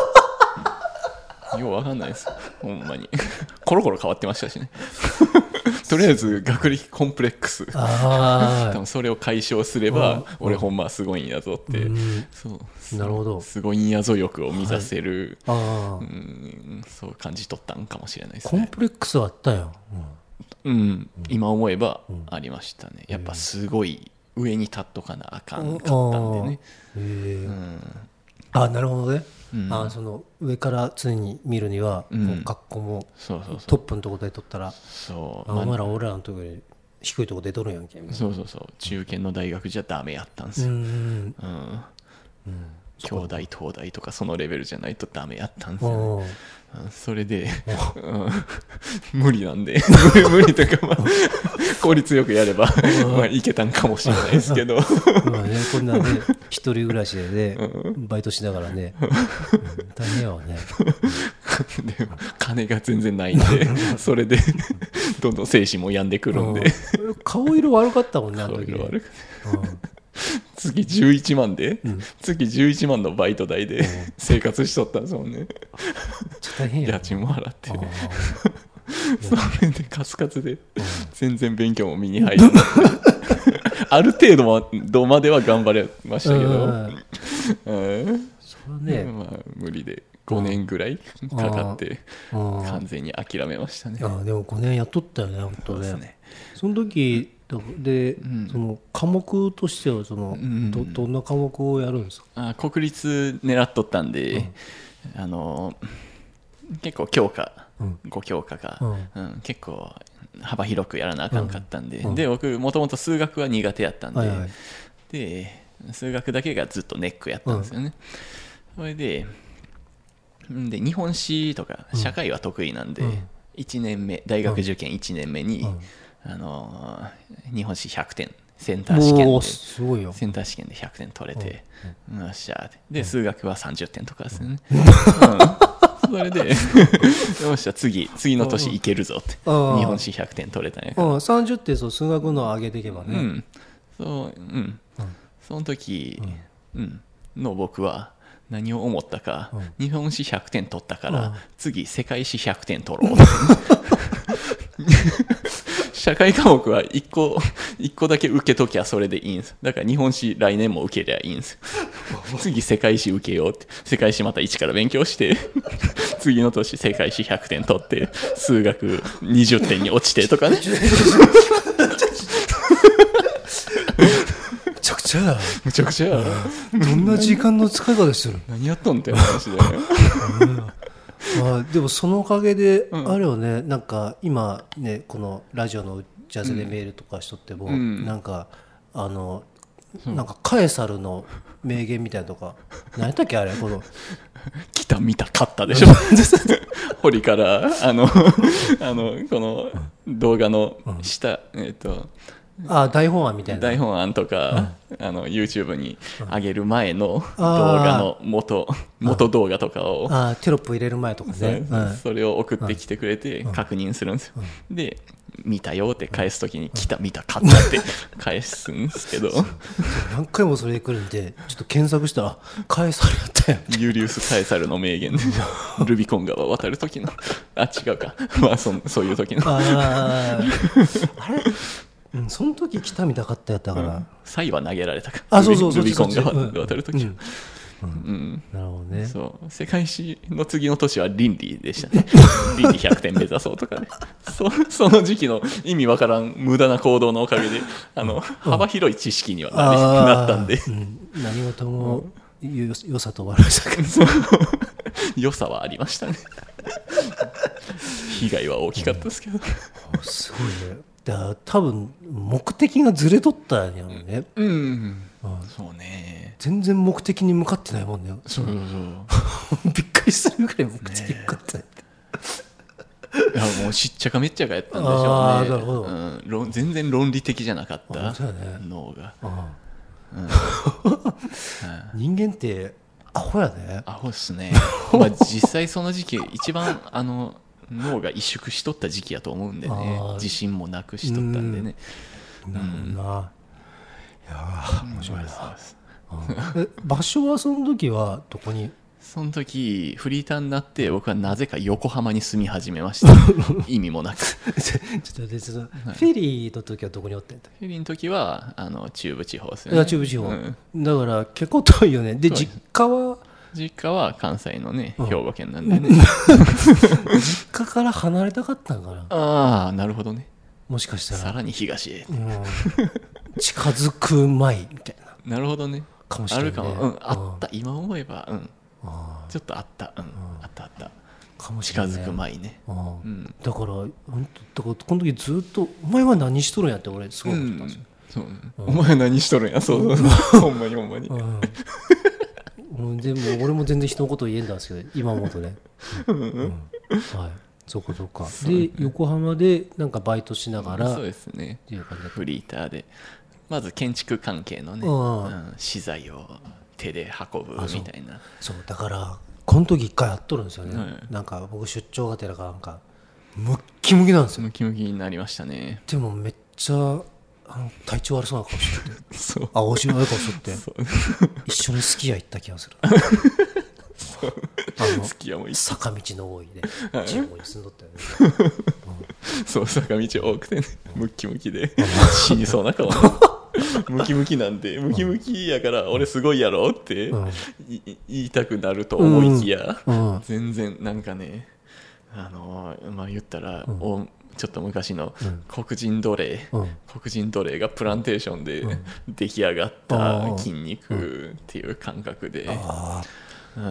ようわかんないですほんまにコロコロ変わってましたしねとりあえず学歴コンプレックスあ多分それを解消すれば俺ほんますごいんやぞって、うん、そうなるほど、 すごいんやぞ欲を満たせる、はい、あうん、そう感じ取ったんかもしれないですね。 コンプレックスあったよ、 うんうん、今思えばありましたね。やっぱすごい上に立っとかなあかんかったんでね、へうん、 あなるほどね、うん、あその上から常に見るには、うん、もう学校もトップのところで取ったら、そうあお前ら俺らのところより低いところで取るんやんけ。 そうそうそう中堅の大学じゃダメやったんですよ、うんうんうん、京大東大とかそのレベルじゃないとダメやったんですよ、ね、それで、うん、無理なんで無理というか、まあ、効率よくやればまあいけたんかもしれないですけどまあ、ね、こんなね一人暮らしでね、うん、バイトしながらね、うん、大変やわねでも金が全然ないんでそれでどんどん精神も病んでくるんで、 うん、顔色悪かったもんねあの時ね、顔色悪くて、うん月じゅういちまんで、うん、月じゅういちまんのバイト代で生活しとったんですもんね。 大変や家賃も払ってそれでカツカツで全然勉強も身に入らないある程度までは頑張れましたけど、うんそれ、ねまあ、無理でごねんぐらいかかって完全に諦めましたね。 あでもごねんやっとったよね本当ね。そうですね。その時で、うん、その科目としてはその、うん、ど, どんな科目をやるんですか？ あ国立狙っとったんで、うん、あの結構教科、うん、ご教科が、うんうん、結構幅広くやらなあかんかったんで、うん、で僕もともと数学は苦手やったんで、はいはい、で数学だけがずっとネックやったんですよね、それでで日本史とか社会は得意なんで、いちねんめ大学受験いちねんめに、あの日本史ひゃくてんセンター試験ですごいよセンター試験でひゃくてん取れて、うんうん、よっしゃで数学はさんじゅってんとかですね、うんうん、それでよっしゃ次次の年いけるぞって日本史ひゃくてん取れたんやからさんじゅってんそう数学の上げていけばね、うんそううん、その時、うんうん、の僕は何を思ったか、うん、日本史ひゃくてん取ったから、うん、次世界史ひゃくてん取ろう社会科目はいっこ、いっこだけ受けときゃそれでいいんです。だから日本史来年も受けりゃいいんです次世界史受けようって世界史また一から勉強して次の年世界史ひゃくてん取って数学にじゅってんに落ちてとかねむちゃくちゃやむちゃくちゃやどんな時間の使い方してる何やっとんって話だよねあでもそのおかげであれよね、うん、なんか今ねこのラジオの打ち合わせでメールとかしとっても、うん、なんかあのなんかカエサルの名言みたいなとか何やったっけあれこの来た見た勝ったでしょ堀からあのあのこの動画の下、うん、えっとあ台本案みたいな台本案とか、うん、あの YouTube に上げる前の動画の元、うん、元動画とかをあテロップ入れる前とかね、 うん、それを送ってきてくれて確認するんですよ、うん、で見たよって返すときに来た見た勝ったって返すんですけど何回もそれで来るんでちょっと検索したらカエサルやったよユーリウス・カエサルの名言でルビコン川渡る時のあ違うかまあ そ, そういう時のああれうん、その時来たみたかったやったから、 うん、サイは投げられたかあそうそうそうルビコンがそっち渡る時は、 うんうん、なるほどね。 そう世界史の次の年は倫理でしたね倫理ひゃくてん目指そうとかねそ, その時期の意味わからん無駄な行動のおかげであの、うん、幅広い知識には な, なったんで、 うん、何事もよ良さと悪さが良さはありましたね被害は大きかったですけど、 うん、すごいね。だから多分目的がずれとったんやろね。 うん、うん、そうね。 全然目的に向かってないもんね。 そうそうびっくりするぐらい目的に向かってない、 ね、いやもうしっちゃかめっちゃかやったんでしょうね。 あなるほど、 うん、全然論理的じゃなかったね、 脳が、 うん、人間ってアホやね。 アホっすねまあ実際その時期一番あの脳が萎縮しとった時期やと思うんでね。自信もなくしとったんでね。 なるほどな。いや面白いな。え場所はその時はどこに？ その時フリーターになって僕はなぜか横浜に住み始めました意味もなくちょっと別の、はい、フェリーの時はどこにおってんだ？ フェリーの時はあの中部地方ですよね。 中部地方、うん、だから結構遠いよね。で実家は実家は関西のね、うん、兵庫県なんでね実家から離れたかったんかな。 ああなるほどね。 もしかしたらさらに東へ、 うん、近づく前みたいな。 なるほどね。 かもしれない、ね、 あるかも、うん、あった、うん、今思えば、うん、あちょっとあった、うん、うん、あったあったかもしれない、ね、近づく前ね、 うん、だから本当だからこの時ずっとお前は何しとるんやって俺すごい思ったんですよ、 うんそうねうん、お前は何しとるんやそうそうそうほんまにほんまに、 うん、でも俺も全然人のこと言えんだんですけど今思うとね、うんうん、はいそうかそうかで、ね、横浜でなんかバイトしながら、 うん、そうですねフリーターでまず建築関係のね、うん、資材を手で運ぶみたいな。 そう、そうだからこの時一回やっとるんですよね、はい、なんか僕出張がてらかなんかムッキムキなんですよ。 ムキムキになりましたね。 でもめっちゃあの体調悪そうな顔しててそうあおしろい顔しとって一緒にスキヤ行った気がするそうあのスキヤもいい坂道の多いね地方に住んどったよね、 うん、そう坂道多くてねムッキムキで死にそうな顔ねムキムキなんでムキムキやから俺すごいやろって、うん、言いたくなると思いきや、うんうん、全然なんかねあのー、まあ言ったら、うん、おちょっと昔の黒人奴隷、うん、黒人奴隷がプランテーションで出来上がった筋肉っていう感覚で、うん、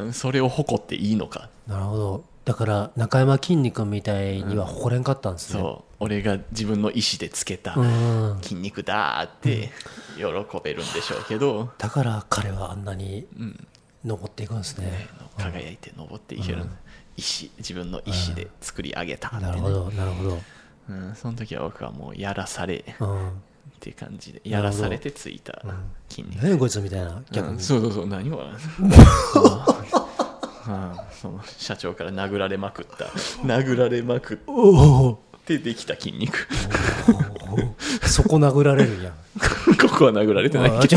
それを誇っていいのか。 なるほど。だから中山きんに君みたいには誇れんかったんですね、 うん、そう俺が自分の意思でつけた筋肉だって喜べるんでしょうけど、うん、 だから彼はあんなに登っていくんですね、ね輝いて登っていける、うん、意思自分の意思で作り上げたって、ね、 なるほどなるほど、 うん、その時は僕はもうやらされ、うん、っていう感じでやらされてついた筋肉、 うん、何こいつみたいな逆に、 うん、そうそうそう何がはあ、その社長から殴られまくった殴られまくってできた筋肉そこ殴られるやんここは殴られてないけど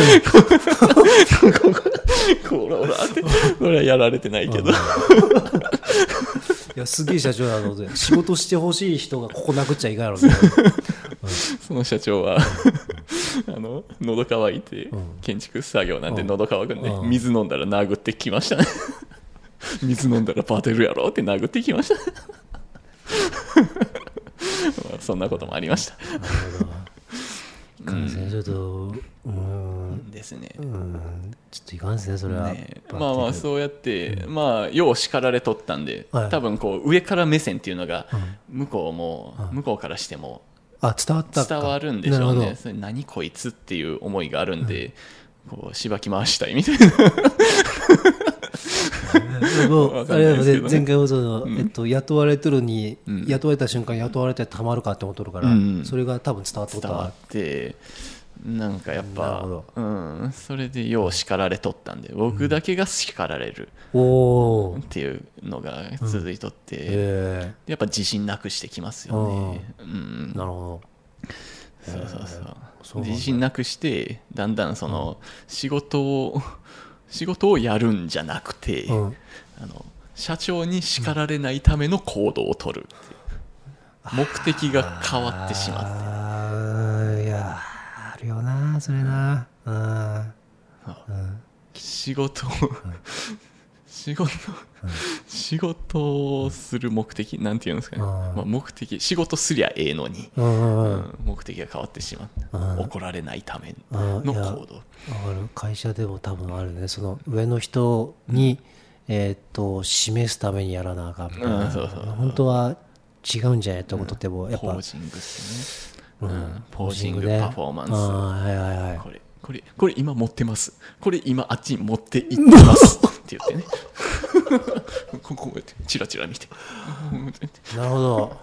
こらおらってこれはやられてないけどいやすげえ社長なので仕事してほしい人がここ殴っちゃいかんやろみたいな、 うん、その社長はあの喉乾いて、うん、建築作業なんで喉乾くんで、うん、水飲んだら殴ってきましたね水飲んだらバテるやろって殴ってきましたまあそんなこともありました。なるほど。 いかんですね、ちょっとうんですね、 うんちょっといかんですねそれは、ね、 まあまあそうやって、うん、まあよう叱られとったんで、はい、多分こう上から目線っていうのが向こうも、うん、向こうからしてもあ伝わった伝わるんでしょうね。それ何こいつっていう思いがあるんで、うん、こうしばき回したいみたいなもうあれはね前回放送の、うんえっと、雇われとるに、うん、雇われた瞬間雇われてたまるかって思っとるから、うん、それが多分伝わって伝わってなんかやっぱ、うん、それでよう叱られとったんで僕だけが叱られるっていうのが続いとって、うんえー、やっぱ自信なくしてきますよね、うん、 なるほどそうそうそうそう自信なくしてだんだんその、うん、仕事を仕事をやるんじゃなくて、うん、あの社長に叱られないための行動を取るっていう目的が変わってしまってなそれな。うん。 仕事を仕事仕事をする目的なんていうんですかね、まあ、目的仕事すりゃええのに、うん、目的が変わってしまって怒られないための行動。 会社でも多分あるね、その上の人に、うん、えー、っと示すためにやらなあかんみたいな、うん、そうそう本当は違うんじゃないってことってもやっぱ、 うん、ポージングですね、うん、ポージングパフォーマンス、はいはいはい、これこれこれ今持ってます、これ今あっちに持っていってますって言ってねここうやってチラチラ見てなるほど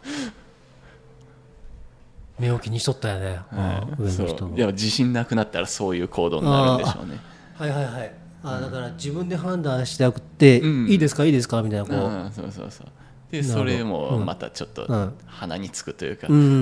目を気にしとったよね、 はい、上の人も。いや自信なくなったらそういう行動になるんでしょうね。 はいはいはい、あだから自分で判断してなくて、うん、いいですかいいですかみたいなこう、うん、 そうそうそうでそれもまたちょっと鼻につくというか、うんうん、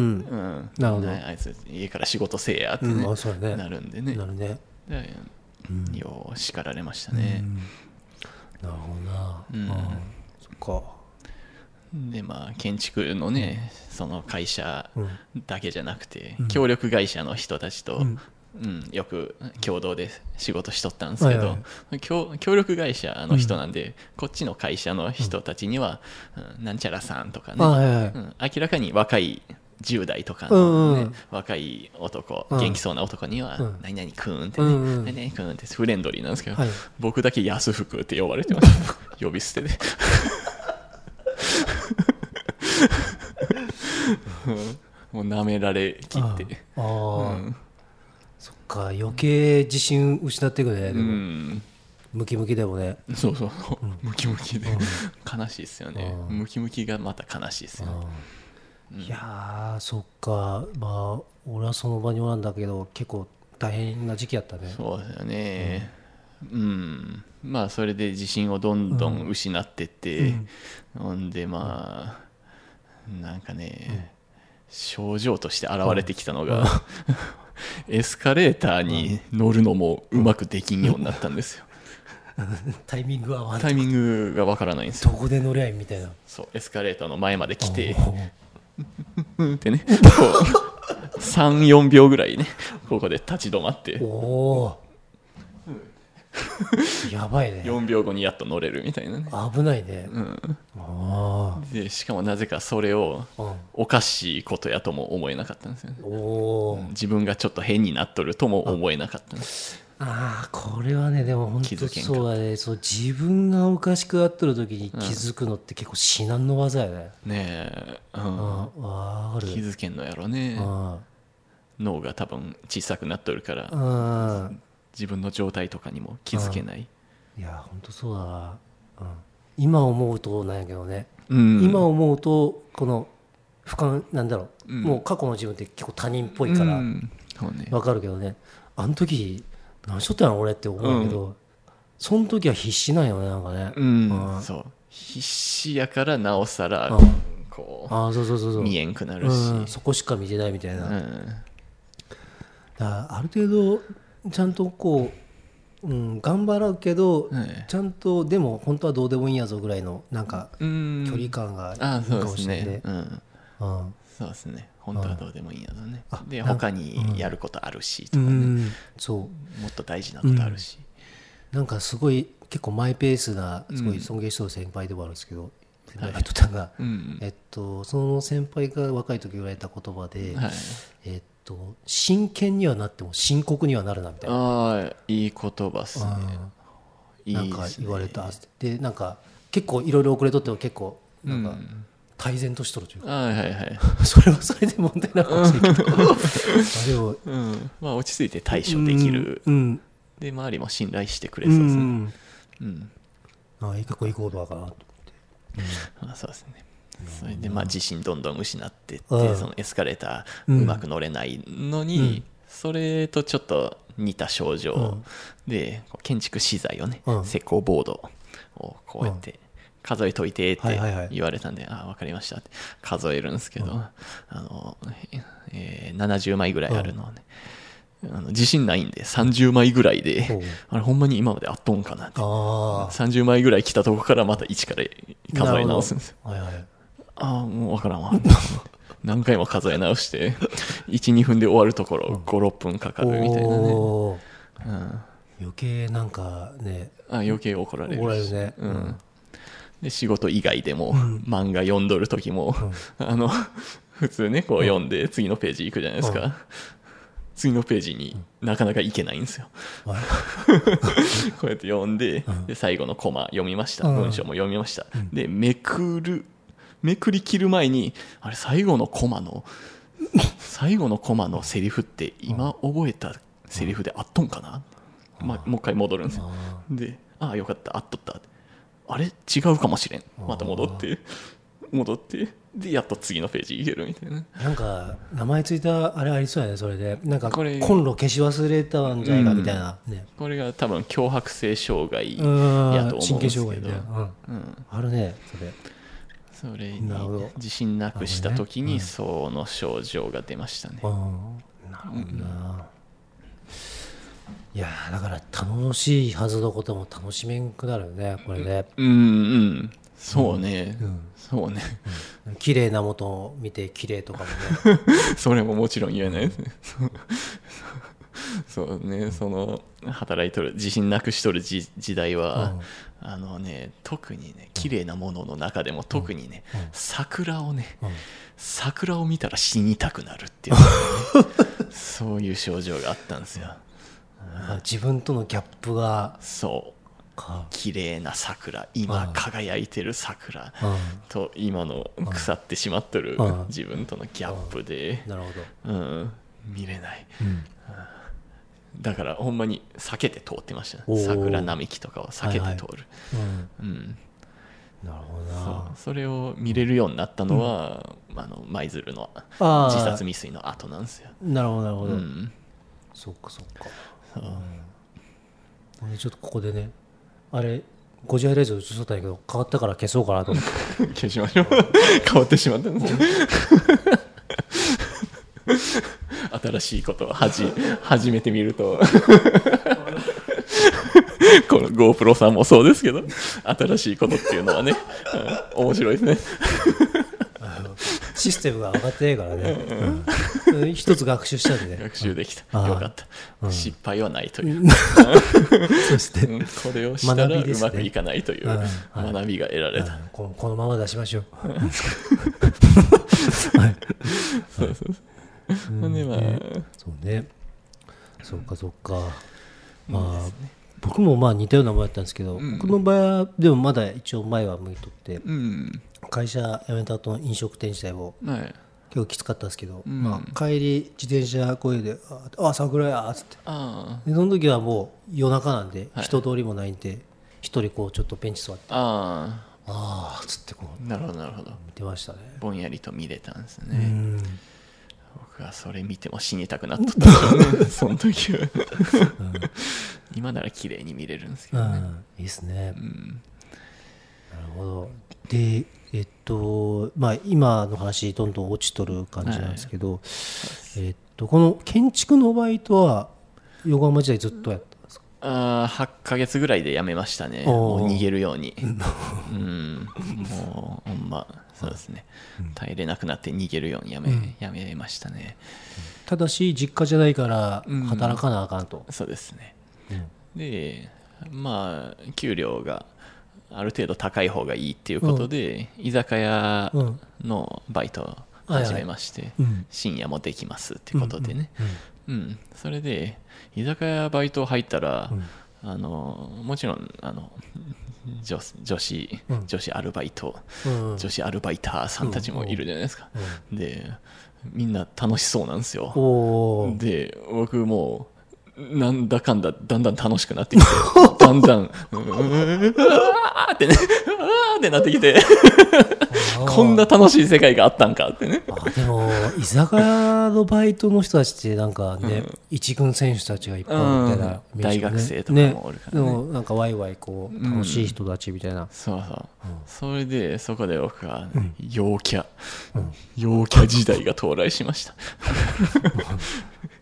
なるほど、あいつ家から仕事せえやって、ねうんね、なるんでね、なるね、で、うん、よう叱られましたね、 うん、なるほどな、うん、そっか。 でまあ建築のね、うん、その会社だけじゃなくて、うん、協力会社の人たちと、うんうん、よく共同で仕事しとったんですけど、はいはい、協, 協力会社の人なんで、うん、こっちの会社の人たちには、うん、なんちゃらさんとかね、はいはいうん、明らかに若いじゅう代とかの、ねうんうん、若い男、うん、元気そうな男には、うん、何々くんってね、うんうん、何々くんってフレンドリーなんですけど、はい、僕だけ安福って呼ばれてました呼び捨てでもう舐められきって、ああ、うん、 そっか余計自信失っていくね、でも、うん、ムキムキでもね、 そうそうそう、うん、ムキムキで、うん、悲しいですよね、ムキムキがまた悲しいですよね、 うん、いやーそっか、まあ俺はその場におらんだけど結構大変な時期やったね。 そうですよね、うん、うん、まあそれで自信をどんどん失ってって、ほんでまあなんかね、症状として現れてきたのが、エスカレーターに乗るのもうまくできんようになったんですよ。 タイミングはタイミングがわからないんですよ。 どこで乗りゃいいみたいな。 そうエスカレーターの前まで来てってね、こうさん、よんびょうぐらいねここで立ち止まって、おやばいね。 よんびょうごにやっと乗れるみたいなね。 危ないね、うん、 あでしかもなぜかそれをおかしいことやとも思えなかったんですよね。お、うん、自分がちょっと変になっとるとも思えなかったんです。 ああこれはねでも本当そうだね、そう自分がおかしくなっとる時に気づくのって結構至難の技やね、 うん、ねえ、うん、ああ気づけんのやろね。脳が多分小さくなっとるから自分の状態とかにも気づけない。 いや本当そうだな、うん、今思うとなんやけどね、うん、今思うとこの俯瞰なんだろう、うん、もう過去の自分って結構他人っぽいから分かるけどね、あの時何しとったんやろ俺って思うけど、うん、その時は必死なんよねなんかね、 うんうん、そう必死やからなおさら、うん、こうあそうそうそうそう見えんくなるし、うん、 そこしか見てないみたいな、うん、だからある程度ちゃんとこう、うん、頑張るけど、はい、ちゃんとでも本当はどうでもいいんやぞぐらいのなんか距離感がいいかもしれないね。 そうですね。本当はどうでもいいんやぞね。で他にやることあるしとかね、うん、そうもっと大事なことあるし、 うん、なんかすごい結構マイペースなすごい尊敬してる先輩でもあるんですけど、先輩が言っとったが、はいうんえっと、その先輩が若い時言われた言葉で、はいえっと、真剣にはなっても深刻にはなるなみたいな。 ああいい言葉っすね。 いいですね。なんか言われたでなんか結構いろいろ遅れとっても結構なんか、うん泰然としとるというか、はいはいはい、それはそれで問題なかもしれないけどあでも、うんまあ、落ち着いて対処できる、うんうん、で周りも信頼してくれそうですね、うんうん、あ結構いい行動だかなと思って、 うんまあ、そうですね。それでまあ自信どんどん失ってってそのエスカレーターうまく乗れないのに、うん、それとちょっと似た症状で建築資材をね、うん、施工ボードをこうやって、うん数えといてって言われたんで、はいはいはい、あ分かりましたって数えるんですけど、うん、あのえー、ななじゅうまいぐらいあるのをね、うん、あの自信ないんでさんじゅうまいぐらいで、あれほんまに今まであっとんかなってあさんじゅうまいぐらい来たとこからまたいちから数え直すんですよ。はいはい、ああもう分からんわ何回も数え直していち、にふんで終わるところご、ろっぷんかかるみたいなね、 おーうん、 余計なんかねあ余計怒られるし怒られるね、 うんうんで仕事以外でも、漫画読んどる時も、あの普通ねこう読んで次のページ行くじゃないですか、うん、次のページになかなか行けないんですよ、うん、こうやって読んで、うん、で最後のコマ読みました、うん、文章も読みました、うん、でめくるめくり切る前にあれ最後のコマの最後のコマのセリフって今覚えたセリフであっとんかな、まあ、もう一回戻るんですよ。で、ああよかったあっとった、あれ違うかもしれん、また戻って戻ってでやっと次のページいけるみたいな。 なんか名前ついたあれありそうやね、それでなんかコンロ消し忘れたんじゃないかみたいな、ね、 これが多分強迫性障害やと思うんですけど、神経障害みたいな、 うんうん、あるねそれ。 それに自信なくした時にその症状が出ましたね。 なるほどな、うん、いやだから楽しいはずのことも楽しめんくなるよねこれね。 うんうんそうね、うん、そうね、 うん、綺麗なものを見て綺麗とかもねそれももちろん言えないですねそうね、うん、その働いとる自信なくしとる 時, 時代は、うん、あのね特にね綺麗なものの中でも特にね、うん、桜をね、うん、桜を見たら死にたくなるっていう、ね、そういう症状があったんですよ、 うん、自分とのギャップがそう綺麗な桜今輝いてる桜と今の腐ってしまってる自分とのギャップで、 なるほど、 うん、見れない、うんだからほんまに避けて通ってました、ね、桜並木とかを避けて通る、はいはいうんうん、 なるほどな。 そうそれを見れるようになったのは、うん、あの舞鶴の自殺未遂の後なんですよ。 なるほどなるほど、うん、そっかそっかそう、うん、ちょっとここでねあれごじハイライト映しとったんやけど変わったから消そうかなと思って消しましょう変わってしまったんですよ新しいことをはじ始めてみるとこの GoPro さんもそうですけど新しいことっていうのはね、うん、面白いですねシステムが上がってないからね、うんうん、一つ学習したんでね学習できたよかった、うん、失敗はないというそして、 うん、これをしたらうまくいかないという学びが得られた、 うん、こ, このまま出しましょうはいそうそうそううん、まあ、 そうねそうかそうか、まあ、ね、僕もまあ似たようなものやったんですけど、うん、僕の場合はでもまだ一応前は向いとって、うん、会社辞めた後の飲食店自体も結構きつかったんですけど、うんまあ、帰り自転車こいでああ桜やっつってでその時はもう夜中なんで人通りもないんで一、はい、人こうちょっとベンチ座ってああっつってこうなるほどなるほど見てましたね。 ぼんやりと見れたんですね。うん僕はそれ見ても死にたくなっとったんでしょうねその時は、うん、今なら綺麗に見れるんですけどね、うん、 いいですね、うん、なるほど。でえっとまあ今の話どんどん落ちとる感じなんですけど、はい、えっとこの建築のバイトは横浜時代ずっとやったんですか？ あはちかげつぐらいで辞めましたね。もう逃げるように、うん、もうほんまそうですね、耐えれなくなって逃げるようにやめ、うん、やめましたね。 ただし実家じゃないから働かなあかんと、 うん、そうですね、うん、でまあ給料がある程度高い方がいいっていうことで、うん、居酒屋のバイトを始めまして、うん、深夜もできますっていうことでね、うん、うんうん、それで居酒屋バイト入ったら、うん、あのもちろんあの女, 女子、うん、女子アルバイト、うん、女子アルバイターさんたちもいるじゃないですか、うん、でみんな楽しそうなんですよ。で僕もうなんだかんだだんだん楽しくなってきてだんだんうーってねうわーってなってきてこんな楽しい世界があったんかってね。 あでも居酒屋のバイトの人たちってなんかね、うん、一軍選手たちがいっぱいみたいな、ねうん、大学生とかもおるからね、 ねでもなんかワイワイこう楽しい人たちみたいな、うん、 そうそう、うん、それでそこで僕は、ねうん、陽キャ、うん、陽キャ時代が到来しました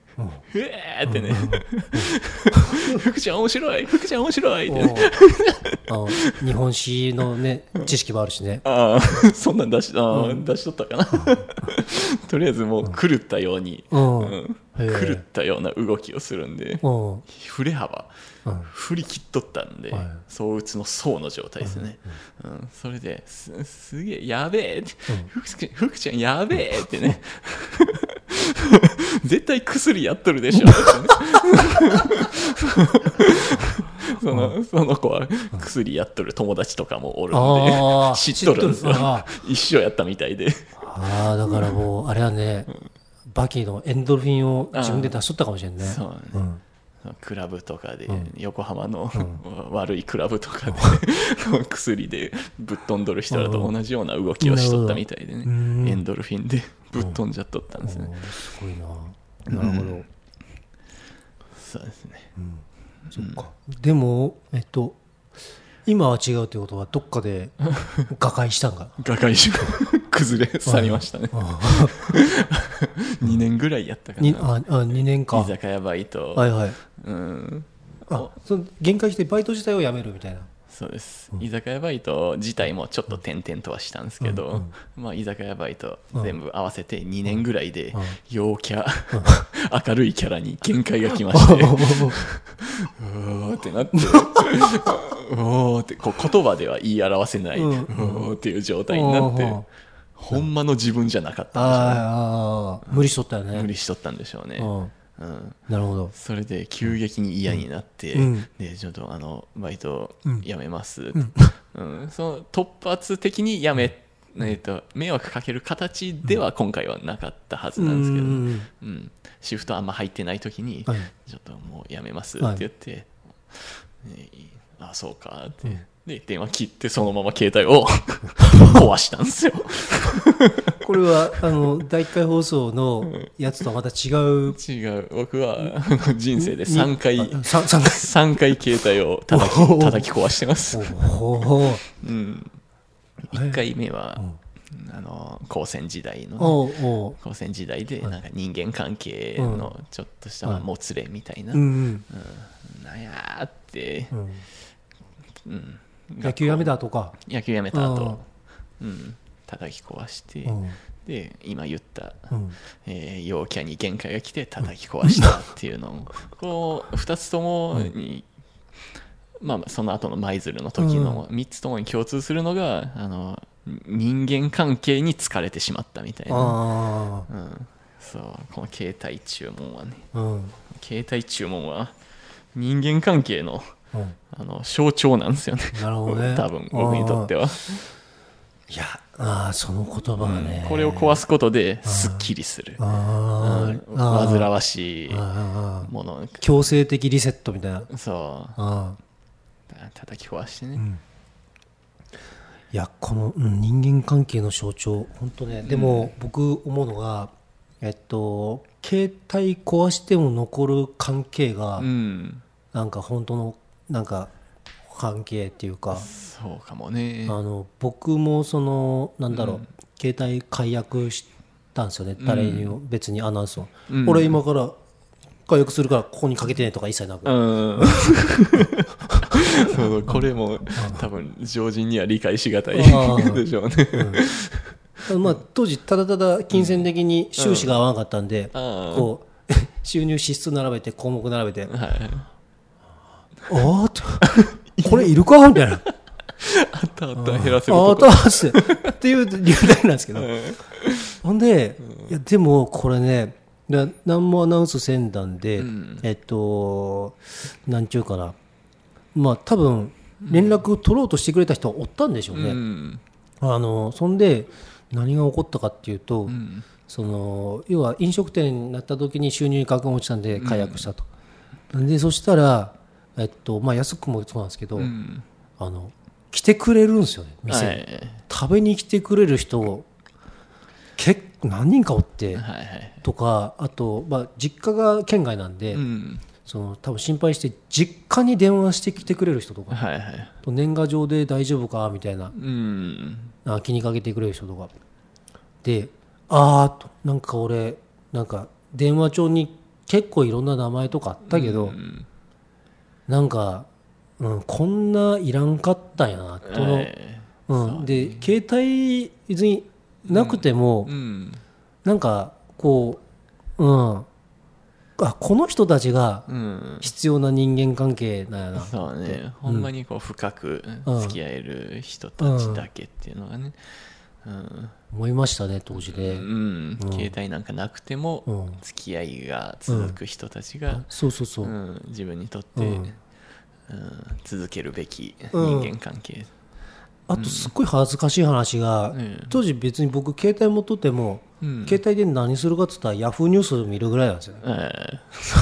えーってね、福ちゃん面白い福ちゃん面白いって、ね、 あ日本史のね知識もあるしね。 ああそんなん出しあ、うん、出しとったかなとりあえずもう狂ったように、うんうん、狂ったような動きをするんで、振れ幅、うん、振り切っとったんで、はい、相打つの層の状態ですね、うんうん、それですすげえやべえって、うん、福, 福ちゃんやべえってね絶対薬やっとるでしょそのその子は薬やっとる友達とかもおるんで知っとるんですよ。一緒やったみたいで。 ああだからもうあれはね、うん、バキのエンドルフィンを自分で出しとったかもしれんね。そうね、うんクラブとかで、うん、横浜の、うん、悪いクラブとかで薬でぶっ飛んどる人らと同じような動きをしとったみたいでね、うん、エンドルフィンでぶっ飛んじゃっとったんですね、 うん、すごいな。なるほど、うん、 そうですね、 うん、そっか。でもえっと今は違うということはどっかで瓦解したんか瓦解し崩れ去りましたねにねんぐらいやったかな。 ああにねんか。 居酒屋バイト、 はいはい、 うん、 あその限界してバイト自体を辞めるみたいな。 そうです、うん、居酒屋バイト自体もちょっと転々とはしたんですけど、うんうんまあ、居酒屋バイト全部合わせてにねんぐらいで陽キャ、うん、明るいキャラに限界が来ましてうーってなっておーってこう言葉では言い表せない、うん、おーっていう状態になって、うん、ほんまの自分じゃなかったんでしょうね。 あ無理しとったよね。 無理しとったんでしょうね、うんうん、なるほど。 それで急激に嫌になって、うん、でちょっとあのバイト辞めます、うんうん、その突発的に辞め、えー、と迷惑かける形では今回はなかったはずなんですけど、うんうん、シフトあんま入ってない時に、はい、ちょっともう辞めますって言って、はいえー、あそうかって、うんで電話切ってそのまま携帯を壊したんですよこれはあのだいいっかい放送のやつとはまた違う違う僕は人生でさんかい 3, 3回さんかい携帯を叩き叩き壊してます、うん、いっかいめはあの高専時代の高専時代でなんか人間関係のちょっとしたもつれみたいな、うんうん、なんやって、うんうん野球やめた後か野球やめた後、うん、叩き壊して、うん、で今言った、うんえー、陽キャに限界が来て叩き壊したっていうのをこうふたつともに、うんまあ、その後の舞鶴の時のみっつともに共通するのがあの人間関係に疲れてしまったみたいな、うん、そうこの携帯注文はね、うん、携帯注文は人間関係のうん、あの象徴なんですよね。 なるほどね。 多分僕にとっては。 いや、あその言葉がね、 うん、これを壊すことですっきりする。ああ煩わしいもの。 強制的リセットみたいな。 そう。あ叩き壊してね。うん、 いやこの、うん、人間関係の象徴本当ね。でも、うん、僕思うのがえっと携帯壊しても残る関係が、うん、なんか本当のなんか関係っていうかそうかもね。 あの僕もそのなんだろう、うん、携帯解約したんですよね。誰にも別にアナウンスを、うん、俺今から解約するからここにかけてねとか一切なく、うん、 そうこれも多分常人には理解しがたいでしょうね、 うんまあ、当時ただただ金銭的に収支が合わなかったんで、うん、こう収入支出並べて項目並べて、はい、ああこれいるかみたいなあったあった減らせるとこあったってっていう理由なんですけど、うん、ほんで、うん、いやでもこれね何もアナウンスせんだんで、うん、えっとなんちゅうかなまあ多分連絡取ろうとしてくれた人はおったんでしょうね、うん、あのそんで何が起こったかっていうと、うん、その要は飲食店になった時に収入額が落ちたんで解約したと、うん、でそしたらえっとまあ、安くもそうなんですけど、うん、あの来てくれるんですよね店に、はい、食べに来てくれる人結構何人かおって、はいはい、とかあと、まあ、実家が県外なんで、うん、その多分心配して実家に電話してきてくれる人とか、はいはい、と年賀状で大丈夫かみたいな、うん、あ気にかけてくれる人とかであーとなんか俺なんか電話帳に結構いろんな名前とかあったけど、 うんなんか、うん、こんないらんかったんやなとの、 えうん、で携帯別になくても、 ーうんなんかこう、うん、あこの人たちがうん必要な人間関係なんやな、 そうね、ほんまにこう深く付き合える人たちだけっていうのがね、うん思いましたね当時で、 うん携帯なんかなくてもうん付き合いが続く人たちが、 そうそうそう、 うん自分にとって、 うんうん続けるべき人間関係、 あとすっごい恥ずかしい話が、 うん当時別に僕携帯持っとっても、 うん携帯で何するかって言ったらヤフーニュースを見るぐらいなんですよね。 え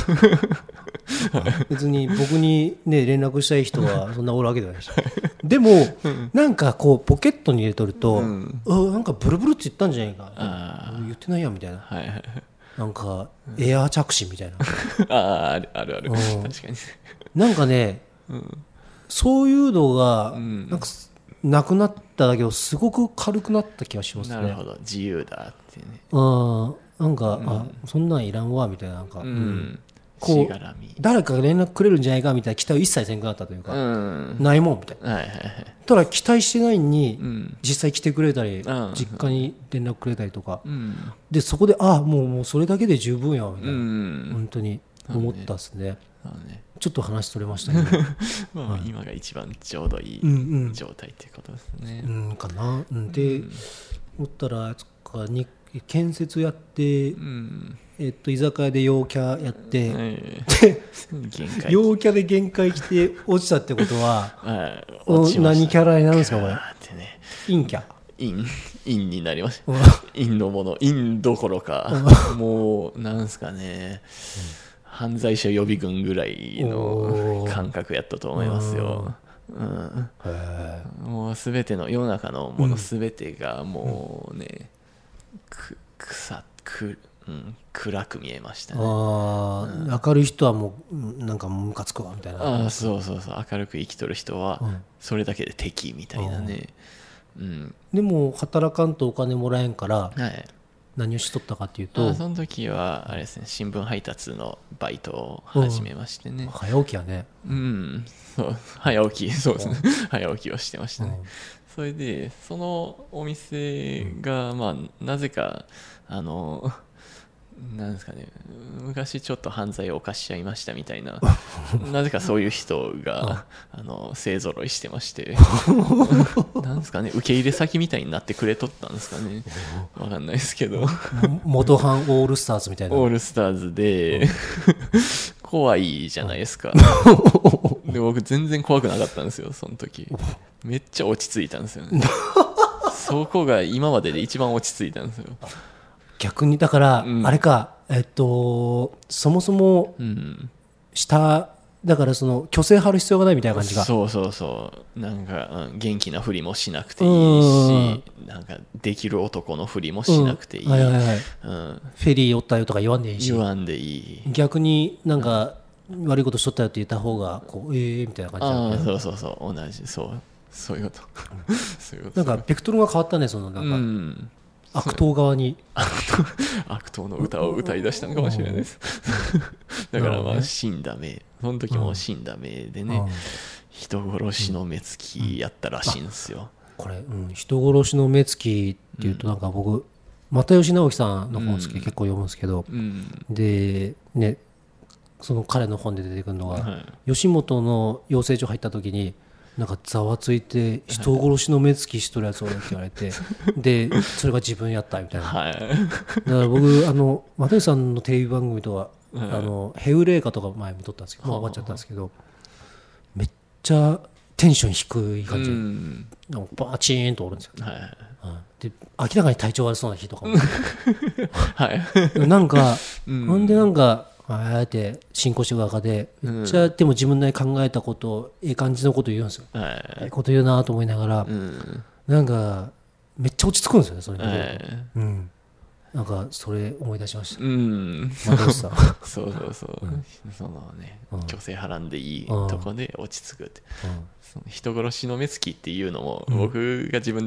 別に僕に、ね、連絡したい人はそんなおるわけではないしでも、なんかこうポケットに入れとると、 うんうん、なんかブルブルって言ったんじゃないか、 あ言ってないやんみたいな、 ーはいはいなんかエアー着信みたいなあーあるあるあるうん確かに、 なんかね、 うんそういうのがうんなんかなくなっただけどすごく軽くなった気がしますね。 なるほど自由だってね、 うんなんか、あそんなんいらんわみたいな、なんか、 ううんん、 こうしがらみ、 誰かが連絡くれるんじゃないかみたいな期待を一切せんくなったといううか、 ん、 ないもんみたいな。 はいはいはい、 ただ期待してないのに、 うん実際来てくれたり、 うん実家に連絡くれたりとか、 うんでそこであもうもうそれだけで十分やみたういな、 ん、 本当に思ったっすね。 そうね、 ちょっと話取れましたけどまあ、今が一番ちょうどいいうんうん状態っていうことですね。 うんかな、うん、で思ったらそっかに建設やって、 うん、 えっと、居酒屋で陽キャやって、 えでえ限界陽キャで限界来て落ちたってことははいお落ちました何キャラになるんですかこれ。 ガーってね、 陰キャ陰陰になりましたうん陰のもの陰どころかもうなんすかね、犯罪者予備軍ぐらいの感覚やったと思いますよ。うんへもうすべての世の中のものすべてがもうね、く草く、うん、暗く見えましたね。 ああ、明るい人はもううんなんかムカつくわみたいな。 ああそうそうそう、明るく生きとる人はうんそれだけで敵みたいなね。うんでも働かんとお金もらえんからはい、 何をしとったかっていうあと、 その時はあれですね、新聞配達のバイトを始めましてね。 早起きやね。 うん、そう早起きそうですね、早起きをしてましたね。 うんそれでそのお店がまあなぜかあのなんですかね、昔ちょっと犯罪を犯しちゃいましたみたいななぜかそういう人があの勢ぞろいしてましてなんですかね、受け入れ先みたいになってくれとったんですかね、わかんないですけど元藩オールスターズみたいな。 オールスターズで怖いじゃないですかで僕全然怖くなかったんですよその時。めっちゃ落ち着いたんですよねそこが今までで一番落ち着いたんですよ。 逆にだから、 うんあれか、えっとそもそもうん下だからその虚勢張る必要がないみたいな感じが。 そうそうそうなんか、うん元気なふりもしなくていいし、なんかできる男のふりもしなくていい、 うんはいはいはいうんフェリーおったよとか言わんでいいし、 言わんでいい。 逆になんか悪いことしとったよって言った方がこうええー、みたいな感じあだね。 あそうそうそう同じそうそういうことそういうことなんかベクトルが変わったね、そのなんうかん悪党側に。 悪党の歌を歌い出したのかもしれないですだからまあ死んだ目、その時も死んだ目でね、 うん人殺しの目つきやったらしいんですよ。 これ、うん、人殺しの目つきっていうとなんか僕、又吉直樹さんの本好き、 うん結構読むんですけど、 うんでねその彼の本で出てくるのが、 はい吉本の養成所入った時になんかざわついて人殺しの目つきしとるやつおるって言われてでそれが自分やったみたいな。 はいだから僕あの又吉さんのテレビ番組とは、 はいあのヘウレーカとか前見とったんですけど、もう終わっちゃったんですけど、めっちゃテンション低い感じで、 うんなんかバチーンとおるんですよ、 はいうんで明らかに体調悪そうな日とかもはいなんか、 うんほんでなんかああやって進行していく中でめっちゃでも自分なりに考えたことをええ感じのこと言うんですよ、 はええこと言うなと思いながら、 いうんなんかめっちゃ落ち着くんですよねそれ見てると、 はいうん、なんかそれ思い出しましたうん又吉さんそうそうそう、そのねうん虚勢はらんでいいうんとこで落ち着くって、 うんその人殺しの目つきっていうのも、 うん僕が自分で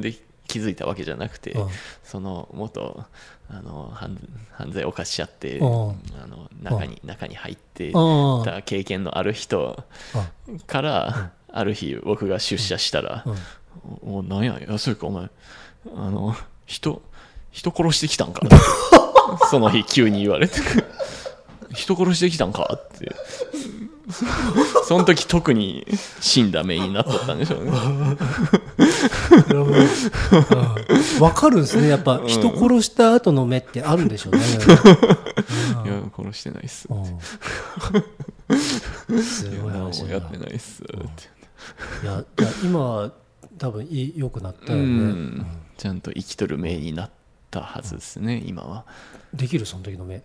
気づいたわけじゃなくて、 うんその元あの 犯, 犯罪を犯しちゃって、 うんあの中に中に入ってうんた経験のある人うんからある日僕が出社したらうん 「おなんや安いかお前あの人人殺してきたんか?」その日急に言われて「人殺してきたんか?」ってその時特に死んだ目になっとったんでしょうね。 なるほど。うんわかるんですね。やっぱ人殺した後の目ってあるんでしょうね。 いや殺してないっすってうんすいやごい話だ何もやってないっすっていや、いや今は多分いい良くなったよね、 うんちゃんと生きとる目になったはずですね今は。 できるその時の目。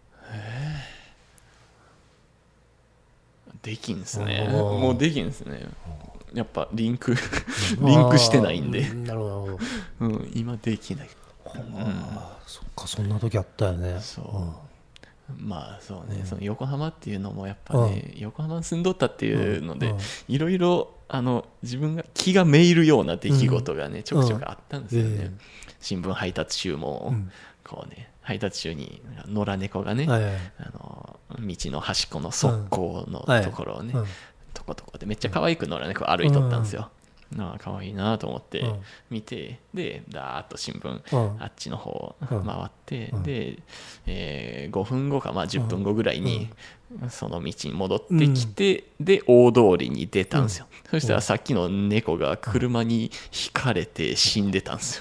できんですね。 おーもうできんですね。やっぱリンクリンクしてないんであー、なるほどなるほど。 うん、今できない。 あーそっかそんな時あったよね。 そうまあそうね、 うんその横浜っていうのもやっぱね、横浜に住んどったっていうので、 うんうんいろいろあの自分が気がめいるような出来事がね、ちょくちょくあったんですよね。 ええ新聞配達中も、 うんこうね配達中に野良猫がね、 はいはいあの道の端っこの側溝のところをね、 うんとことこでめっちゃ可愛く野良猫歩いとったんですよ。ああ可愛いなと思ってうん見て、でダーッと新聞、 うんあっちの方をうん回って、 うんで、えーごふんごか、まあ、じゅっぷんごぐらいにその道に戻ってきて、で大通りに出たんですよ。そしたらさっきの猫が車にひかれて死んでたんですよ。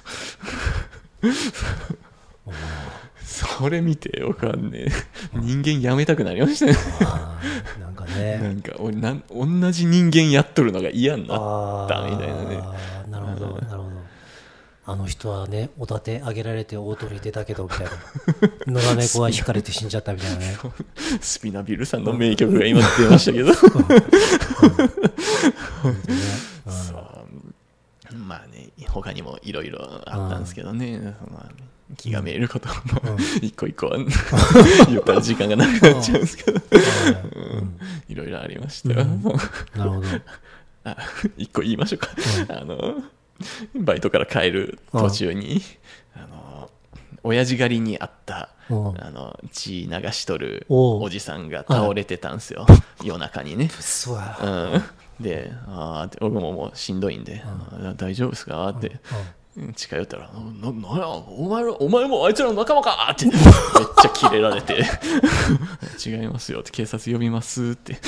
それ見て僕はね人間やめたくなりましたね。 あーなんかなねんか俺なん同じ人間やっとるのが嫌になっあたみたいなね。 ーなるほどなるほど。あの人はねおだてあげられて大通り出たけどみたいな野良猫は引かれて死んじゃったみたいなね。 スピナビルさんの名曲が今出ましたけどそうまあね他にもいろいろあったんですけどね、その気がめいることも一個一個は言ったら時間がなくなっちゃうんですけどいろいろありましたよ、 うん、なるほど。 あ一個言いましょうか、あのバイトから帰る途中にあの親父狩りにあったあの血流しとるおじさんが倒れてたんですよ、夜中にね。 そうや、 うんで、あーって僕ももうしんどいんで、あ大丈夫ですかって近寄ったら、ななんやお前らお前もあいつらの仲間かってめっちゃキレられて違いますよって警察呼びますって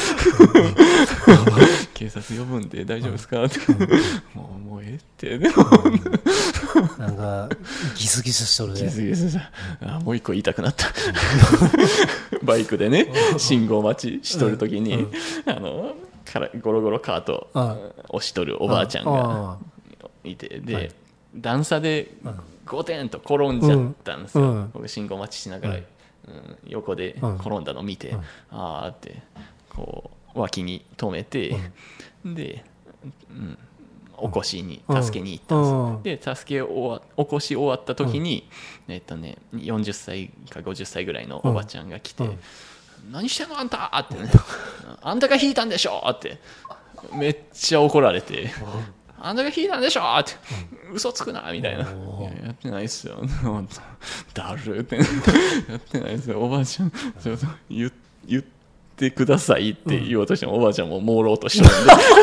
警察呼ぶんで大丈夫ですかってもうもうええってでもなんかギスギスしとるね。 ギスギスしたあもう一個言いたくなったバイクでね信号待ちしとるときに、あのからゴロゴロカート押しとるおばあちゃんがいて、で、はい、段差でゴテンと転んじゃったんですよ、うん、僕信号待ちしながら、うん、横で転んだのを見て、うん、あーってこう脇に止めて、うん、で、うん起こしに助けに行ったんです、で助けを起こし終わった時に、えっとね、よんじゅっさいかごじゅっさいぐらいのおばちゃんが来て、何してんのあんたってねあんたが引いたんでしょってめっちゃ怒られてあんたが引いたんでしょって嘘つくなみたいな、いややってないっすよだるってやってないっすよおばあちゃんちょっと言言ってくださいって言おうとしても、おばあちゃんも朦朧としてる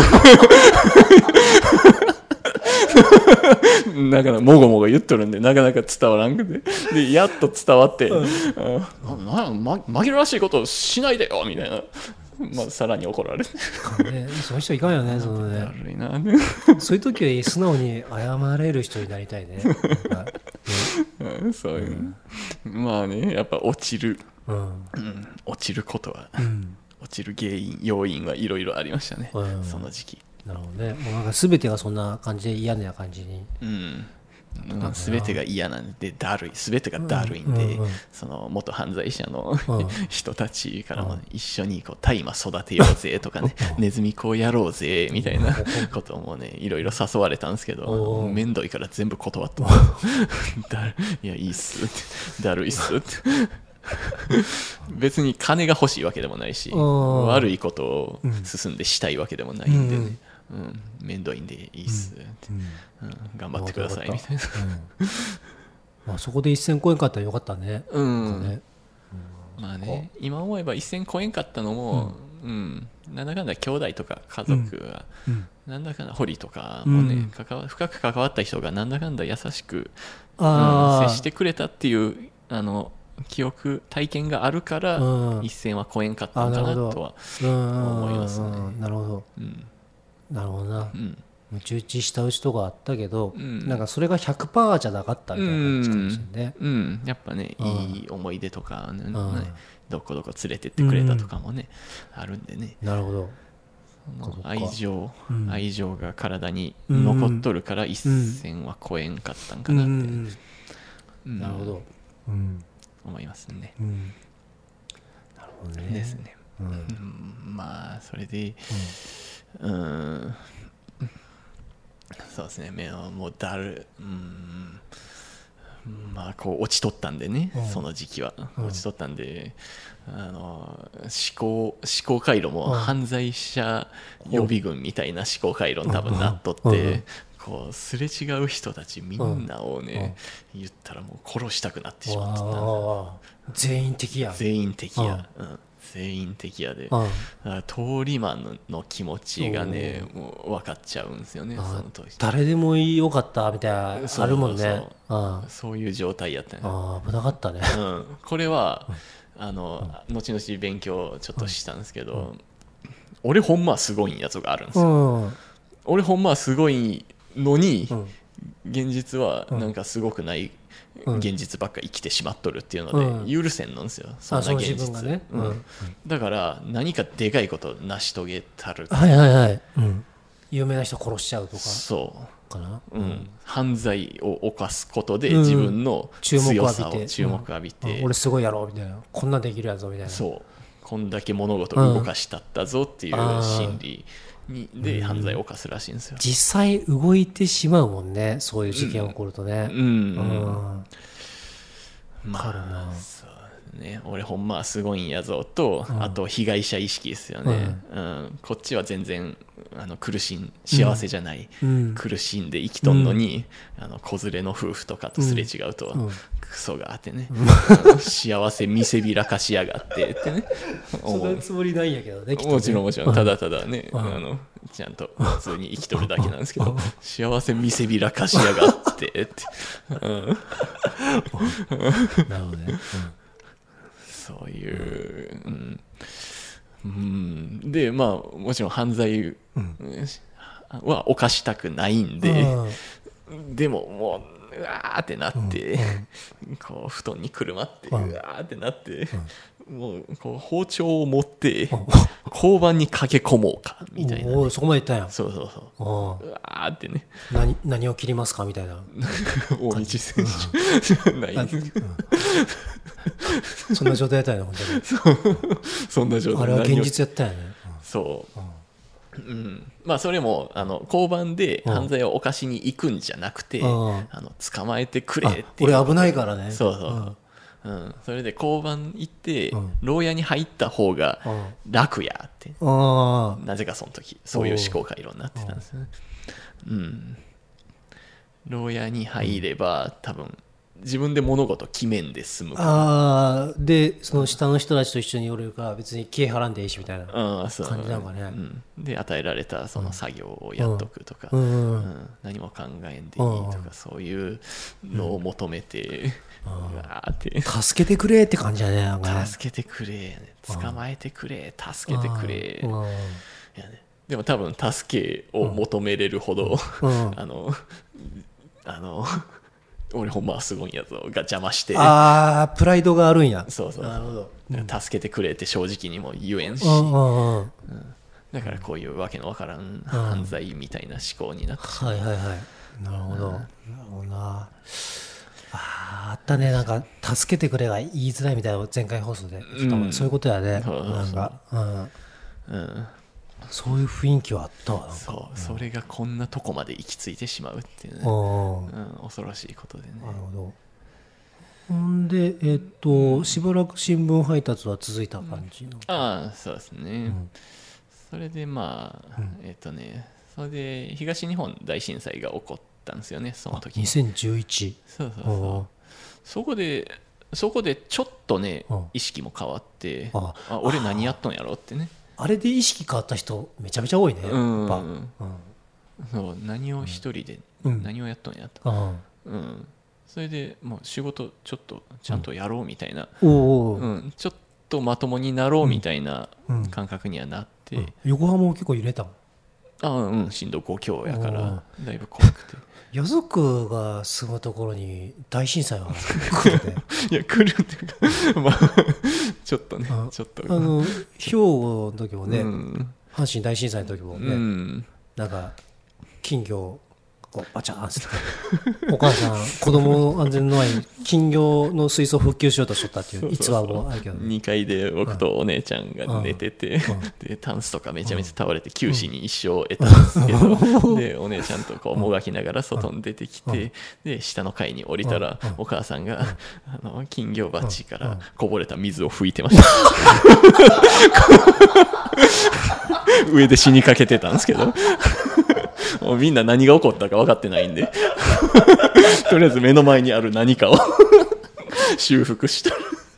んでだからもごもご言っとるんでなかなか伝わらんくて、でやっと伝わって、うん、なな紛らわしいことをしないでよみたいな、まあ、さらに怒られて、 ね、そういう人いかんよね、そのね悪いなそういう時は素直に謝れる人になりたいね。 うん、そういう、うん、まあねやっぱ落ちる、 うんうん、落ちることは、 うん、 落ちる原因要因はいろいろありましたね、うん、その時期。 なるほどね。もうなんか全てがそんな感じで嫌な感じに、 うんまあ、全てが嫌なんでだるい全てがだるいんで、うんうんうん、その元犯罪者の、うん、人たちからも一緒にこう大麻育てようぜとかねネズミ講やろうぜみたいなこともねいろいろ誘われたんですけどめんどいから全部断ってだいやいいっすってだるいっすって別に金が欲しいわけでもないし悪いことを進んでしたいわけでもないんでね、 うん、面倒いんでいいっすって、 うんうん、頑張ってくださいみたいな、 うんまあ、そこで一線超えんかったらよかったね。 うん、 ねまあね、今思えば一線超えんかったのも、うんうん、なんだかんだ兄弟とか家族が、 うんうんなんだかんだ堀とかもね、 うん、 関わ深く関わった人がなんだかんだ優しく、 あうん、接してくれたっていうあの記憶体験があるから、うん、一線は超えんかったんかなとは思いますね。 なるほど、うん、なるほどな、うん、むち打ちしたうちとかあったけど、うん、なんかそれが ひゃくパーセント じゃなかったみたいな感じかもしれないね、 うんうん、やっぱね、いい思い出とか、ね、どこどこ連れてってくれたとかもね、あるんでね。 なるほど。 愛情、うん、愛情が体に残っとるから一線は超えんかったんかなって、うんうん、なるほど、 うん、思いますね、うん、 なるほどねですね、うんうん、まあそれで、うん、うんそうですねもうだる、うんまあこう落ちとったんでね、うん、その時期は落ちとったんで、うん、あの思考思考回路も犯罪者予備軍みたいな思考回路に多分なっとって、うん、こうすれ違う人たちみんなをね、うん、言ったらもう殺したくなってしまってた。 全員敵や全員敵や、うん、全員敵やで、通り魔の気持ちがねもう分かっちゃうんですよね。その時誰でもよかったみたいなあるもんね。 そうそう、そういう状態やったね。 あ危なかったね、 うん、これはあの、うん、後々勉強ちょっとしたんですけど、うん、俺ほんますごいやつがあるんですよ、うん、俺ほんますごいのに、うん、現実はなんかすごくない現実ばっか生きてしまっとるっていうので許せんのんですよ、うん、そんな現実、ねうんうん、だから何かでかいことを成し遂げたる、 はいはいはい、うん、有名な人殺しちゃうとかそうかな、うん、犯罪を犯すことで自分の強さを注目浴びて、 うんうん、俺すごいやろうみたいな、こんなできるやぞみたいな、 そうこんだけ物事を動かしたったぞっていう心理にで犯罪を犯すらしいんですよ、 うん、実際動いてしまうもんね、そういう事件起こるとね、うん、うんうんまあそうね、俺ほんますごいんやぞと、うん、あと被害者意識ですよね、うんうん、こっちは全然あの苦しん幸せじゃない、うん、苦しんで生きとんのに、うん、あの子連れの夫婦とかとすれ違うと、うん、クソがあってね、うん、幸せ見せびらかしやがってってねそんなつもりないんやけどね、きっとね、 もちろんもちろんただただね、うん、あのちゃんと普通に生きとるだけなんですけど幸せ見せびらかしやがってって、うん、なるほどね、うん、そういう、うんうん、でまあもちろん犯罪は犯したくないんで、うん、でももううわーってなって、うん、こう布団にくるまって、うん、うわーってなって、うん、もうこう包丁を持って、うん、交番に駆け込もうかみたいな、ね、 おそこまで行ったんや。 そうそうそう、うわーってね、 何、何を切りますかみたいな大道選手、うん、ない、うん、 そんな状態やったんやね、本当にそんな状態、 あれは現実やったんやね、 うん、そう、うんうん、まあそれもあの交番で犯罪を犯しに行くんじゃなくて、うん、あの捕まえてくれっていう、 俺危ないからね、 そうそう、うんうん、それで交番行って、うん、牢屋に入った方が楽やって、うん、なぜかその時そういう思考回路になってたんですね、うん、牢屋に入れば多分自分で物事決めんで済むから、 あでその下の人たちと一緒におるから別に気払んでいいしみたいな感じなのかね、うん、 で与えられたその作業をやっとくとか、うんうんうん、何も考えんでいいとか、そういうのを求めて、うん、うわーって助けてくれって感じだね、なんかね、 助けてくれ、捕まえてくれ、助けてくれ、いやね、でも多分助けを求めれるほど、うん、あのあの俺ほんますごいんやぞが邪魔して、 ああプライドがあるんや、 そうそう、なるほど、うん、助けてくれって正直にも言えんし、うんうんうん、だからこういうわけのわからん犯罪みたいな思考になってしまう、 はいはいはい、なるほど、うん、なるほどな、ああったね、なんか助けてくれが言いづらいみたいな前回放送で、うん、そういうことやね、なんか、うんうん、そういう雰囲気はあったわ、なんかそう、 うん、 それがこんなとこまで行き着いてしまうっていうね、うん、恐ろしいことでね。 なるほど。ほんで、えっと、しばらく新聞配達は続いた感じの、うん、 ああそうですね、うん、それでまあ、うん、えっとねそれで東日本大震災が起こったんですよね、その時。 にせんじゅういち。 そうそうそう。そこでそこでちょっとね意識も変わって、ああ俺何やっとんやろってね。 あれで意識変わった人めちゃめちゃ多いね。うん、やっぱ、うん、 そう何を一人で何をやっとんやと、うんうん、それでもう仕事ちょっとちゃんとやろうみたいな、うんうん、ちょっとまともになろうみたいな感覚にはなって、うんうん、 横浜も結構揺れたもん。 ああうん震度ご強やからだいぶ怖くて。 家族が住むところに大震災が来るね。 いや来るっていうかまあちょっとねちょっとあの兵庫の時もね、うん、阪神大震災の時もね、うん、なんか金魚こうバチャーンってお母さん子供の安全の前に金魚の水槽復旧しようとしとったっていう逸話もあるけど、ね、 にかいで僕とお姉ちゃんが寝てて、でタンスとかめちゃめちゃ倒れて九死に一生を得たんですけど、でお姉ちゃんとこうもがきながら外に出てきて、で下の階に降りたらお母さんがあの金魚鉢からこぼれた水を拭いてました。上で死にかけてたんですけどもうみんな何が起こったか分かってないんでとりあえず目の前にある何かを修復した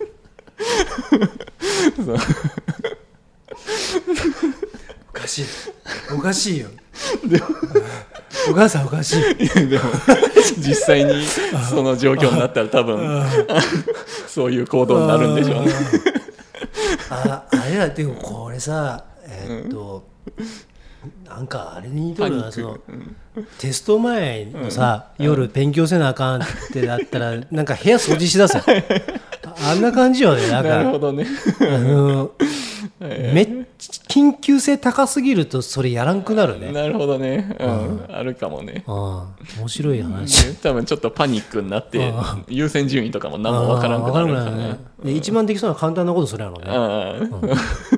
おかしいおかしいよでもお母さんおかしい。 でも実際にその状況になったら多分そういう行動になるんでしょうね。 ああれはでもこれさえー、っと、うん、なんかあれに似てるな、その、うん、テスト前のさ、うん、夜勉強せなあかんってなったらなんか部屋掃除しだすあんな感じよね。なんかなるほどね。 あのめっ緊急性高すぎるとそれやらんくなるね。 なるほどね、うん、あるかもね。 あ面白い話。 多分ちょっとパニックになって優先順位とかも何も分からんくなるからね。ね、 で一番できそうな簡単なことするやろうね。あ、うん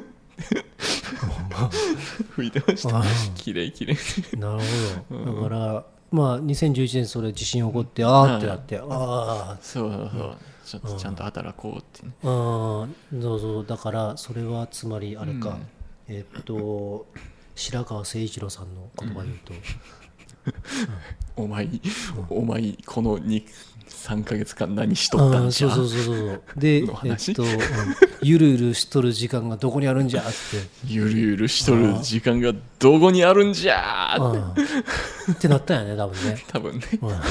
吹いてました。きれいきれい。 なるほど。だからまあにせんじゅういちねんそれ地震起こってあーってなって、ああそうそうそう、ちょっとちゃんと働こうってね。 ああそうそう、だからそれはつまりあれか、えっと白川誠一郎さんの言葉で言うと、 お前お前このにさんかげつかん何しとったんじゃ。 そうそうそうそうで、えっと、うん、ゆるゆるしとる時間がどこにあるんじゃってゆるゆるしとる時間がどこにあるんじゃってってなったんやね多分ね多分ね、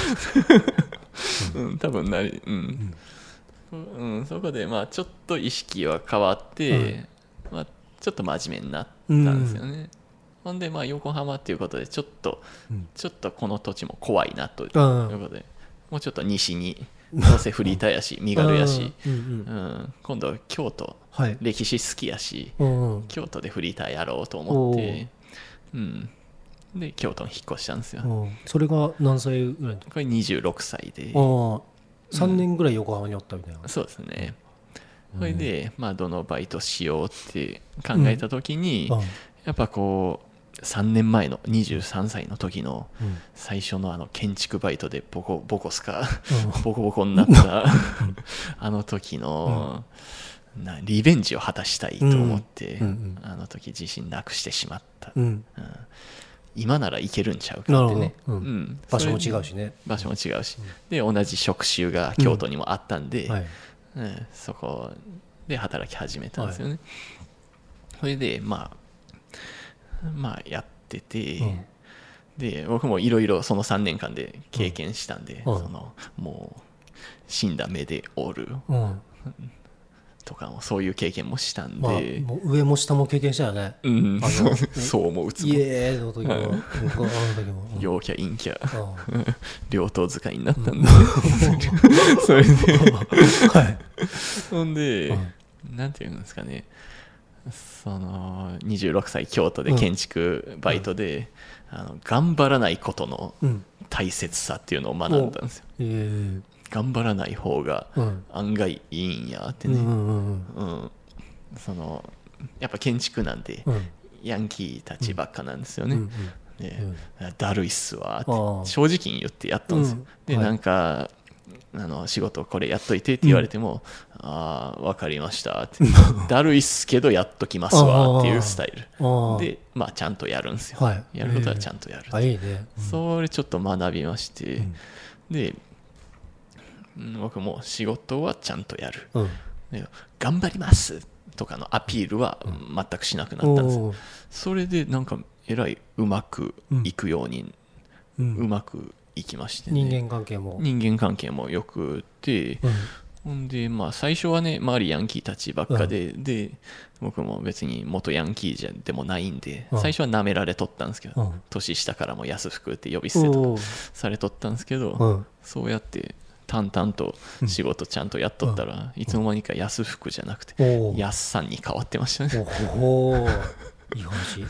うんうん、多分なり、うんうんうん、そこでまあちょっと意識は変わって、うんまあ、ちょっと真面目になったんですよね、うん、ほんでまあ横浜っていうことでちょっと、うん、ちょっとこの土地も怖いなということで、もうちょっと西にどうせフリーターやし身軽やし、うんうんうん、今度京都、はい、歴史好きやし、うんうん、京都でフリーターやろうと思って、うん、で京都に引っ越したんですよ。 それが何歳ぐらいの時？ これにじゅうろくさいでさんねんぐらい横浜におったみたいな、 うん、そうですね。それで、まあ、どのバイトしようって考えた時に、うん、やっぱこうさんねんまえのにじゅうさんさいの時の最初のあの建築バイトでボコボコスカボコボコになったあの時のなリベンジを果たしたいと思ってあの時自信なくしてしまった、うん、今ならいけるんちゃうかってね、うんうん、 場所も違うしね場所も違うし、で同じ職種が京都にもあったんで、うんはいうん、そこで働き始めたんですよね、はい、それでまあまあやってて、うん、で僕もいろいろそのさんねんかんで経験したんで、うん、そのもう死んだ目でおる、うん、とかもそういう経験もしたんで、 まあ、もう上も下も経験したよね、 うん、あのそう思うつもイエーの時も、うん、 陽キャ陰キャ両党使いになったんで、うん、それではいほんで、うん、なんていうんですかね、そのにじゅうろくさい京都で建築バイトで、うん、あの頑張らないことの大切さっていうのを学んだんですよ、うんえー、頑張らない方が案外いいんやってね、うんうんうん、そのやっぱ建築なんでヤンキーたちばっかなんですよね、うんうんでうん、だるいっすわって正直に言ってやったんですよ、うん、で、はい、なんかあの仕事これやっといてって言われても、うん、ああ分かりましたってだるいっすけどやっときますわっていうスタイルで、まあ、ちゃんとやるんですよ、はい、やることはちゃんとやる、 あ、いいね、 うん、それちょっと学びまして、うん、で僕も仕事はちゃんとやる、うん、で頑張りますとかのアピールは全くしなくなったんです、うん、それでなんかえらいうまくいくように、うん、うまくいきましてね、 人間関係も人間関係もよくて、うん、ほんでまあ最初はね周りヤンキーたちばっかで、うん、で僕も別に元ヤンキーじゃでもないんで、うん、最初は舐められとったんですけど、うん、年下からも安福って呼び捨てとかされとったんですけど、うん、そうやって淡々と仕事ちゃんとやっとったら、うん、いつの間にか安福じゃなくて安さんに変わってましたね。 おお、いい話。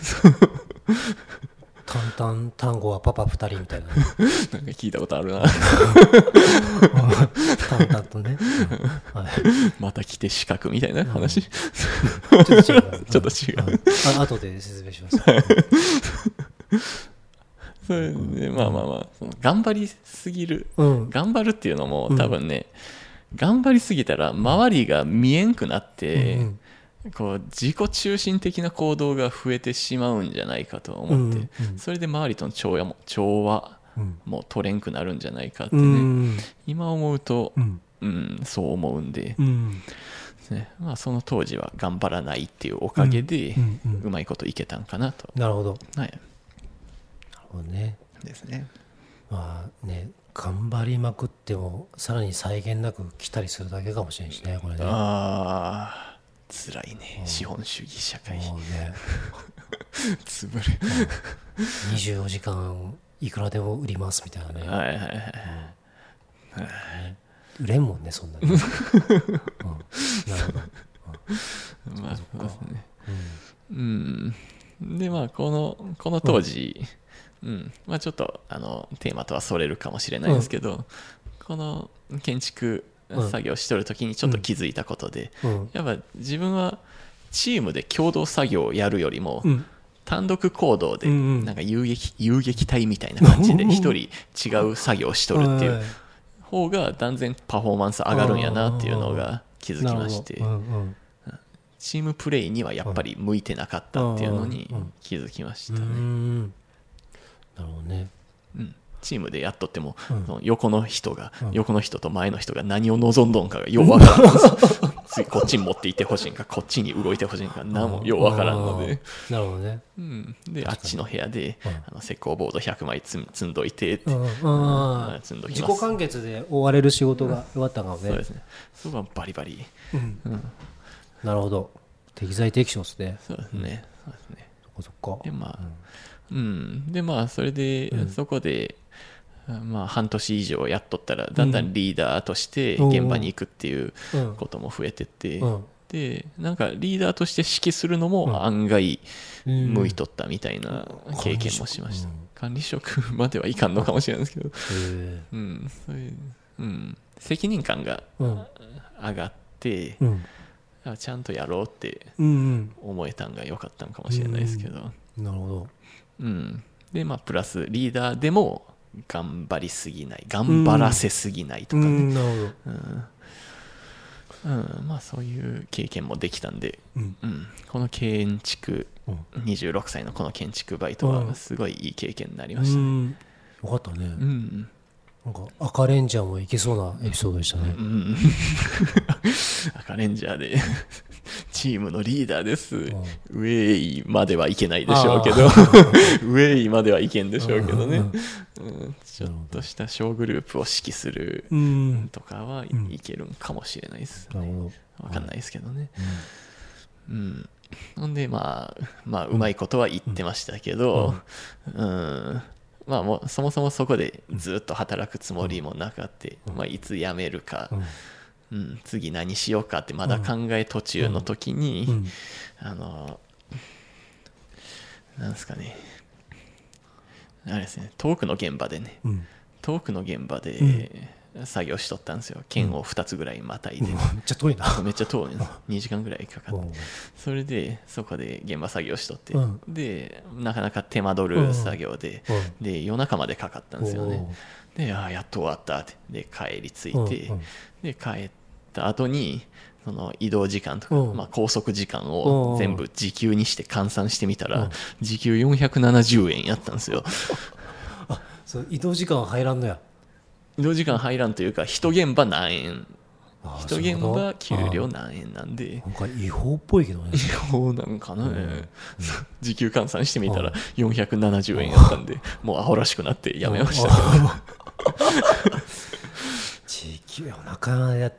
淡々単語はパパふたりみたいななんか聞いたことあるな淡々とね、 はい、また来て資格みたいな話、 うん、ちょっと違うちょっと違う、 あ後で説明しますそれでまあまあまあ頑張りすぎる、うん、頑張るっていうのも多分ね、うん、頑張りすぎたら周りが見えんくなって、うんうんこう自己中心的な行動が増えてしまうんじゃないかと思って、うんうん、それで周りとの調和も調和も取れんくなるんじゃないかってね、うん、今思うと、うんうん、そう思うんで、うんねまあ、その当時は頑張らないっていうおかげで、うんうんうん、うまいこといけたんかなと。 なるほど、 はい、 なるほどね。 ですね。 まあね頑張りまくってもさらに際限なく来たりするだけかもしれないしねこれね。 ああ辛いね、資本主義社会、ね、潰れにじゅうよじかんいくらでも売りますみたいなね。 はいはいはい、うんね、売れんもんねそんなに、うん、なるほど、 うん、まあそうですね、うん、うん、でまあこのこの当時、うんうんまあ、ちょっとあのテーマとはそれるかもしれないんですけど、うん、この建築作業しとるときにちょっと気づいたことで、うん、やっぱ自分はチームで共同作業をやるよりも、うん、単独行動でなんか遊撃、遊撃隊みたいな感じで一人違う作業をしとるっていう方が断然パフォーマンス上がるんやなっていうのが気づきまして、チームプレーにはやっぱり向いてなかったっていうのに気づきましたね。 なるほどね。 うんチームでやっとっても、うん、その横の人が、うん、横の人と前の人が何を望んどんかがようわからんですこっちに持っていってほしいんかこっちに動いてほしいんか何もようわからんのでなるほどね、 うん、であっちの部屋で、うん、あの石膏ボードひゃくまい積んどいてって、 うんうん、積んどきます。自己完結で終われる仕事が終わったかもね、うん、 そうですねそこはバリバリ、うんうん、なるほど適材適所ですね。 そうですね、そうですねそこそこでまあ、うんうん、でまあそれで、うん、そこでまあ、半年以上やっとったらだんだんリーダーとして現場に行くっていうことも増えてって、うんうん、でなんかリーダーとして指揮するのも案外向いとったみたいな経験もしました、うん、管理職まではいかんのかもしれないですけど、うんそういううん、責任感が上がって、うん、ちゃんとやろうって思えたんが良かったんかもしれないですけど、 うん、なるほど、 うん、でまあプラスリーダーでも頑張りすぎない頑張らせすぎないとかね、うんなるほどうんうん、まあそういう経験もできたんで、うんうん、この建築、うん、にじゅうろくさいのこの建築バイトはすごいいい経験になりましたね、うん、 よかったね、うん、なんか赤レンジャーもいけそうなエピソードでしたね、うん、 赤レンジャーでチームのリーダーです、うん、ウェイまではいけないでしょうけどウェイまではいけんでしょうけどね、うん、ちょっとした小グループを指揮するとかはいけるんかもしれないです、ね、うん、分かんないですけどね、うん、ほんでまあまあうまいことは言ってましたけど、うん、うんまあもうそもそもそこでずっと働くつもりもなかって、まあ、いつ辞めるか、うん、次何しようかってまだ考え途中の時に、うんうん、あのなんですかねあれですね遠くの現場でね、うん、遠くの現場で、 作業しとったんですよ。県をふたつぐらいまたいで、 めっちゃ遠いな。 めっちゃ遠いのにじかんぐらいかかっうんて、それでそこで現場作業しとって、 うんでなかなか手間取る作業で、 うんで夜中までかかったんですよね。でああやっと終わったって、で帰り着いて、 うんうんで帰った後にその移動時間とか、 うんまあ、拘束時間うんを全部時給にして換算してみたら、 うん時給よんひゃくななじゅうえんやったんですよ。 あ、そう移動時間は入らんのや。 移動時間入らんというか、一現場何円、 あ一現場給料何円なんで、 なんか違法っぽいけどね。 違法なんかな、 うんうん時給換算してみたらうんよんひゃくななじゅうえんやったんで、もうアホらしくなってやめましたけど、 地球夜中までやって、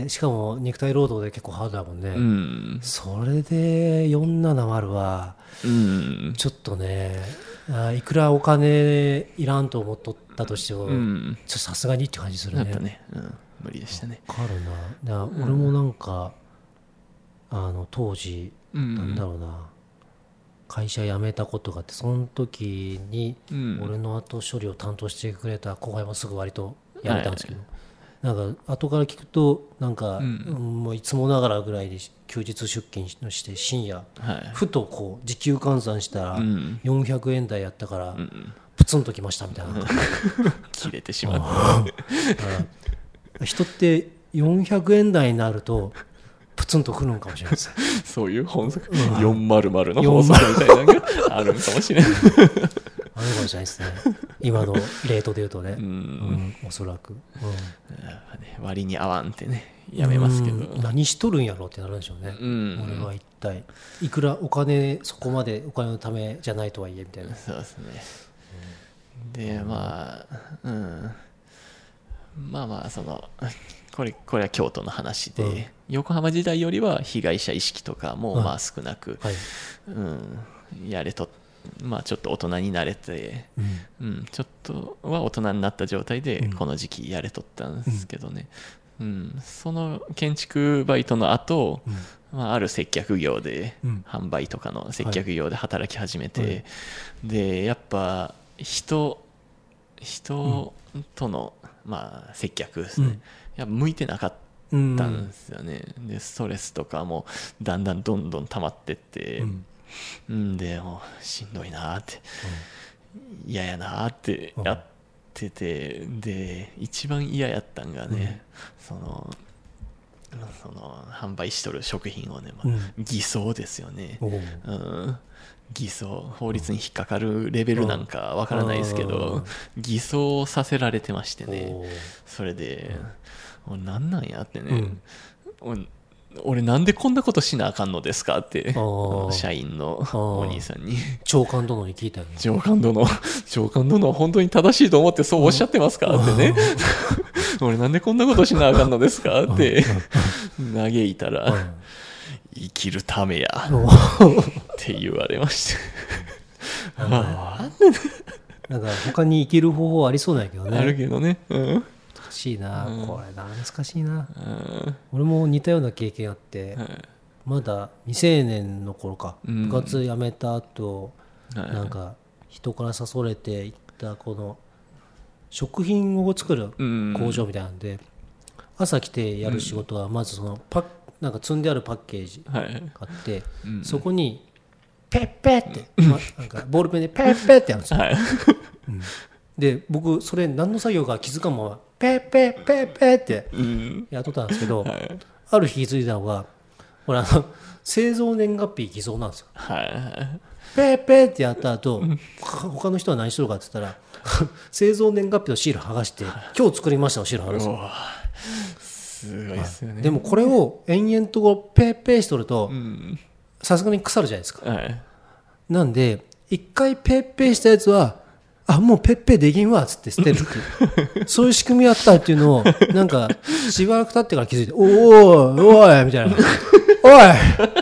しかも肉体労働で結構ハードだもんね。 うんそれでよんひゃくななじゅうはうんちょっとね、あいくらお金いらんと思っとったとしても、 うんちょっとさすがにって感じするね。 やっぱね、うん、無理でしたね。 わかるな。だから俺もなんか、あの当時、 うんなんだろうな、会社辞めたことがあって、その時にうん俺の後処理を担当してくれた後輩もすぐ割と辞めたんですけど、なんか後から聞くとなんか、 うんうんもういつもながらぐらいで休日出勤して深夜はいふとこう時給換算したらうんよんひゃくえん台やったからうんプツンときましたみたいな。 切れてしまっうん人ってよんひゃくえん台になるとプツンとくるんかもしれないです。 た。そういう法則、 うんよんひゃくの法則みたいなのがあるんかもしれない。 あるかもしれないですね。今のレートで言うとね、 ううんん、おそらく、うん割に合わんってね、やめますけど。 うん何しとるんやろうってなるんでしょうね。 うん俺は一体いくらお金そこまでお金のためじゃないとはいえみたいな。 そうですね。で、まあ、うん。まあまあ、その、これ、これは京都の話で、 うん横浜時代よりは被害者意識とかもうんまあ少なく、 はい。 うん、やれと、まあちょっと大人になれて、 うんうん、ちょっとは大人になった状態でうんこの時期やれとったんですけどね、うんその建築バイトの後、 うんまあ、ある接客業で、 うん販売とかの接客業で働き始めて、 はいでやっぱ人人との、まあ、接客ですね、 うんやっぱ向いてなかったうんたんですよね、でストレスとかもだんだんどんどん溜まってって、 うんうん、でもうしんどいなって嫌やなってやってて、で一番嫌やったんがね、そのその販売しとる食品をね、まあうん偽装ですよね、 おううん、偽装法律に引っかかるレベルなんかわからないですけど、偽装させられてましてね、 おうそれで、俺なんなんやってね、 うん俺俺なんでこんなことしなあかんのですかってー社員のーお兄さんに長官殿に聞いたよね。 上官殿上官殿は本当に正しいと思ってそうおっしゃってますかってね俺なんでこんなことしなあかんのですかって嘆いたら生きるためやうんって言われましてあなんか他に生きる方法ありそうなんやけどね。 あるけどね、うん難しいな、 うんこれな難しいな。 うん俺も似たような経験あって、 はいまだ未成年の頃か、 うん部活辞めた後、 はいなんか人から誘われて行ったこの食品を作るうん工場みたいなんで、朝来てやる仕事はまずそのパッなんか積んであるパッケージはい買って、 うんそこにペッペって、まなんかボールペンでペッペってやるんですよ。 はいで僕それ何の作業か気づかんままペッペッペッペってうんやっとったんですけど、 はいある日気づいたのがこれあの製造年月日偽造なんですよ。 はいペッペッってやった後他他の人は何しとるかって言ったら製造年月日のシール剥がして今日作りましたのシール剥がすうわすごいですよね。 でもこれを延々とこうペッペッしとるとうんさすがに腐るじゃないですか。 はいなんで一回ペッペッしたやつはあもうペッペできんわっつって捨てるっていうそういう仕組みやったっていうのをなんかしばらく経ってから気づいておーいおいみたいなおいおい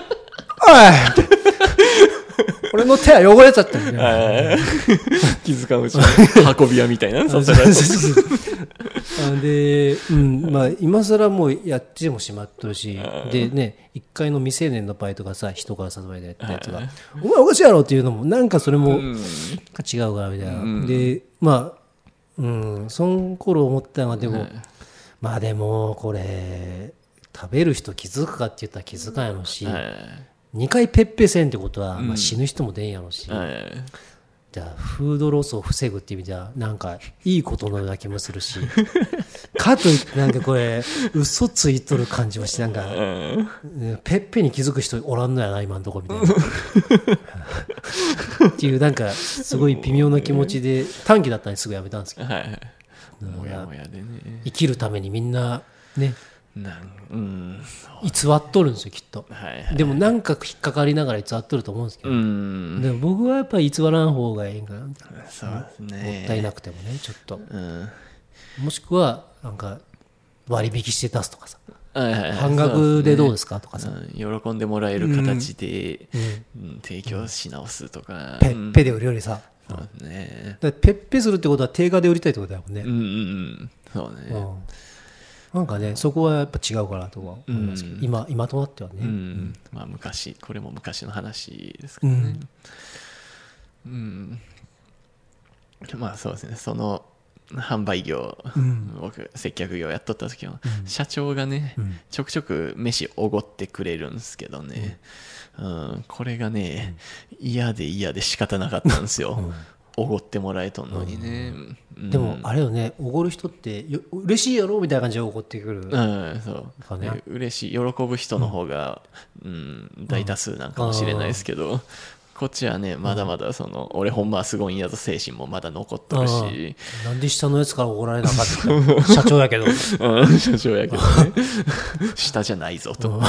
俺の手は汚れちゃったみたいなはい気づかんうちに運び屋みたいなそしたらで、うんまあ、今更もうやってもしまっとるしでね一回の未成年のバイトがさ人から誘われてやったやつがお前おかしいやろっていうのもなんかそれもうん違うからみたいな、 うんでまあ、うん、その頃思ったのはでも、 まあでもこれ食べる人気づくかって言ったら気づかんやろし、 はいにかいペッペせんってことは、 うんまあ、死ぬ人も出んやろし、 はいじゃあフードロスを防ぐっていう意味ではなんかいいことのような気もするしかといってなんかこれ嘘ついとる感じはしてなんか、ねペッペに気づく人おらんのやな今のとこみたいなっていうなんかすごい微妙な気持ちで短期だったんですぐやめたんですけど、 はいはいもやもやでね生きるためにみんなねなんうん偽っとるんですよきっと、 はいはいでもなんか引っかかりながら偽っとると思うんですけど、 うんでも僕はやっぱり偽らん方がいいんかなみたいな、 そうですねもったいなくてもねちょっと、 うんもしくはなんか割引して出すとかさ、 はいはいはい半額でどうですかとかさ、 うん喜んでもらえる形で、うん提供し直すとか、 ペッペで売るよりさ、 そうですねだってペッペするってことは定価で売りたいってことだもんね、 うんうんうんそうね、 うんなんかねそこはやっぱ違うかなとは思いますけど、 うん今今となってはね、 うんまあ昔これも昔の話ですけどねうん、まあそうですねその販売業、僕接客業やっとった時は、社長がね、ちょくちょく飯おごってくれるんですけどね、うんこれがね、嫌で嫌で仕方なかったんですよ、おごってもらえとんのにね、 でもあれよねおごる人ってよ嬉しいやろみたいな感じでおごってくる、 うんそうかねで嬉しい喜ぶ人の方が、うん大多数なんかもしれないですけど、こっちはねまだまだその、俺ほんまはすごいんやぞ精神もまだ残っとるし、 なんで下のやつからおごられなかった社長やけどうん社長やけどね下じゃないぞと、うん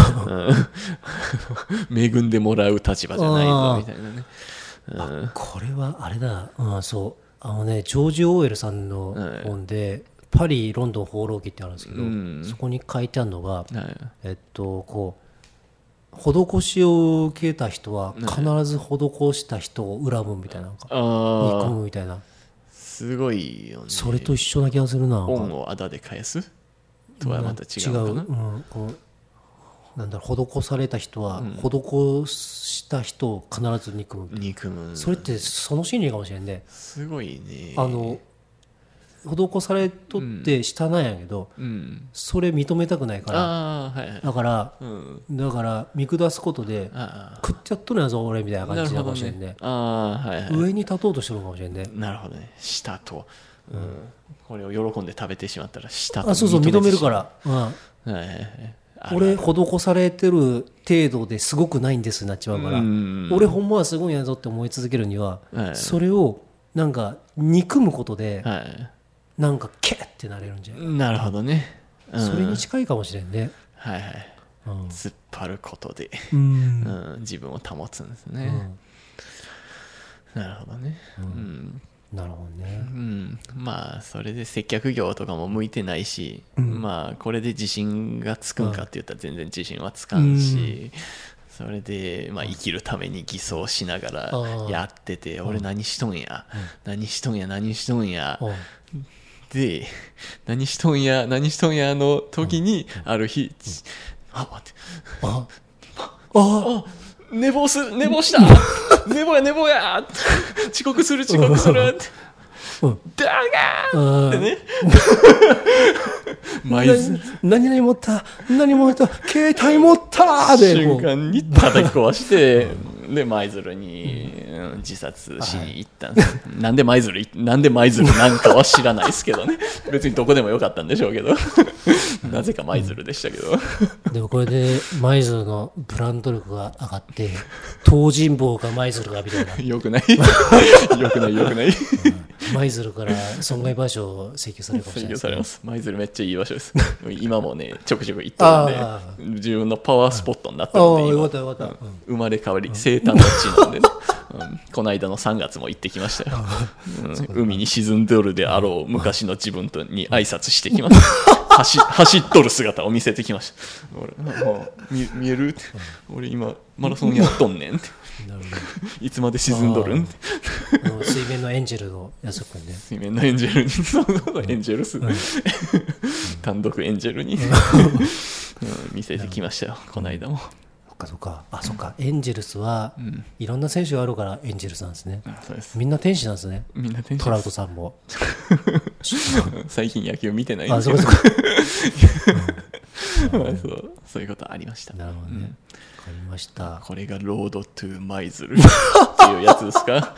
恵んでもらう立場じゃないぞみたいなね、うんこれはあれだ、うん、そうあのねジョージ・オーウェルさんの本で、パリ・ロンドン放浪記ってあるんですけど、 うんそこに書いてあるのが、 はいえっとこう施しを受けた人は必ず施した人を恨むみたいな、なんかあ憎あむみたいな、 すごいよね。 それと一緒な気がするな。なんか恩をあだで返すとはまた違うのかな、 違う、うん、こうなんだろう施された人は、施した人を必ず憎む、 憎むそれってその心理かもしれんね。 すごいね。 あの施されとって下なんやけど、 うんそれ認めたくないから、 ああはいはいだからうんだから見下すことであ食ってやっとるやぞ俺みたいなあなる感じなほどねのかもしれんね。 ああはいはい上に立とうとしてるのかもしれんね。 なるほどね舌と、うんこれを喜んで食べてしまったら舌とあ、そうそう認めるかてら、うん、 しまうはいはいはいあ俺施されてる程度ですごくないんですになっちまうから、 うん俺ほんまはすごいんやぞって思い続けるには、 はいそれをなんか憎むことではいなんかケッってなれるんじゃない、 なるほどね、うんそれに近いかもしれんね。 はいはいうん突っ張ることで、 うんうん、自分を保つんですね、なるほどねうん、 なるほどね。 うん、まあそれで接客業とかも向いてないし、まあこれで自信がつくんかって言ったら全然自信はつかんし、それでまあ生きるために偽装しながらやってて、俺何しとんや、何しとんや何しとんや、 うんで何しとんや何しとんやの時にある日、あ待ってあああ寝坊する寝坊した寝坊や寝坊や遅刻する遅刻するってうんダガーンってね舞鶴何々持った何持った携帯持ったでこう瞬間に叩き壊してで舞鶴にうん自殺しに行ったんです、なんで舞鶴いなんで舞鶴なんかは知らないですけどね別にどこでもよかったんでしょうけどなぜか舞鶴でしたけどでもこれで舞鶴のブランド力が上がって東尋坊が舞鶴がみたいなよくないよくないよくない舞鶴から損害賠償を請求されるかもしれない請求されですねます舞鶴めっちゃいい場所です今もねちょくちょく行ったあので自分のパワースポットになったあので今あよかったよかった、うん生まれ変わり生誕の地なんでね、うん、この間のさんがつも行ってきましたよ、うん、海に沈んどるであろう昔の自分とに挨拶してきました走, 走っとる姿を見せてきました俺もう 見, 見えるって俺今マラソンやっとんねんってなるほいつまで沈んどるんってどあの水面のエンジェルのやつくんね水面のエンジェルにそうそうエンジェルス、単独エンジェルに、うん見せてきましたよこの間もかそっか、あそっか、エンジェルスはうんいろんな選手があるからエンジェルスなんですね。 あそうですみんな天使なんですね。 みんな天使ですトラウトさんも。 最近野球見てないんあ、 ですけどそこそこ。 まあそうそういうことありました。 なるほどね。 うんわかりました。 これがロードトゥーマイズルっていうやつですか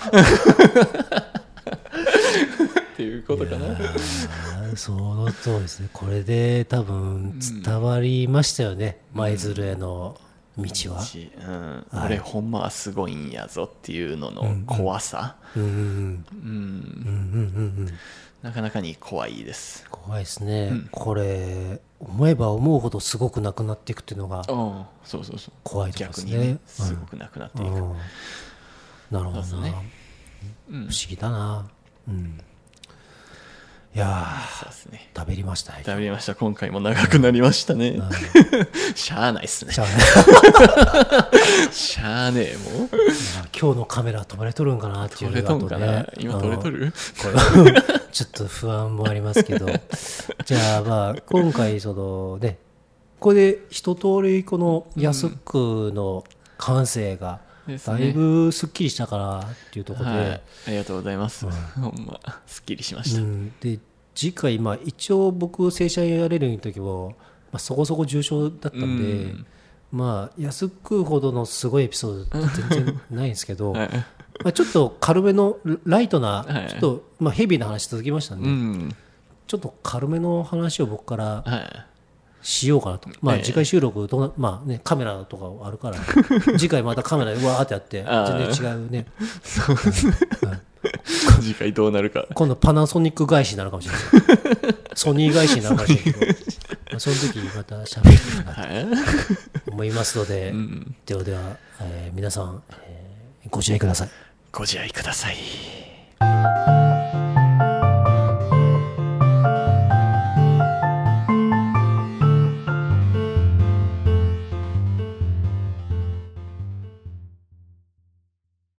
っていうことかな。 あーその通りですね。これで多分伝わりましたよね。舞鶴への道は。 うんはい俺ほんまはすごいんやぞっていうのの怖さ、 うんうんうんうんうんうんうん。 なかなかに怖いです。 怖いですね、 うんこれ思えば思うほどすごくなくなっていくっていうのがああそうそうそう怖いところですね。 逆にねすごくなくなっていく、 うんうんなるほどな、 そうですねうん不思議だな、うん、いやそうですねー食べりましたね。 食べました。今回も長くなりましたね、 うんしゃあないっすねじゃあねしゃあねえもう今日のカメラ止まれとるんかなっていう撮れとんかな、 あとね今撮れとるこれちょっと不安もありますけどじゃあまあ今回そのねこれで一通りこの安くの感性がですねだいぶすっきりしたかなっていうところで、 はい、ありがとうございます、ほんますっきりしました、 うん、で次回まあ一応僕正社員やれる時も、まあ、そこそこ重症だったんで、 うんまあ安くほどのすごいエピソードって全然ないんですけど、 はいまあ、ちょっと軽めのライトな、 はいちょっとまあヘビーな話続きましたんで、 うんちょっと軽めの話を僕からはいしようかなと、まあええ次回収録どうな、まあね、カメラとかあるから次回またカメラでうわーってやってあー全然違うねそう次回どうなるか今度パナソニック返しになるかもしれないソニー返しになるかもしれないけど、まあ、その時また喋りたいなはいと思いますので、 うんではでは、えー皆さん、えーご自愛ください。 ご自愛ください。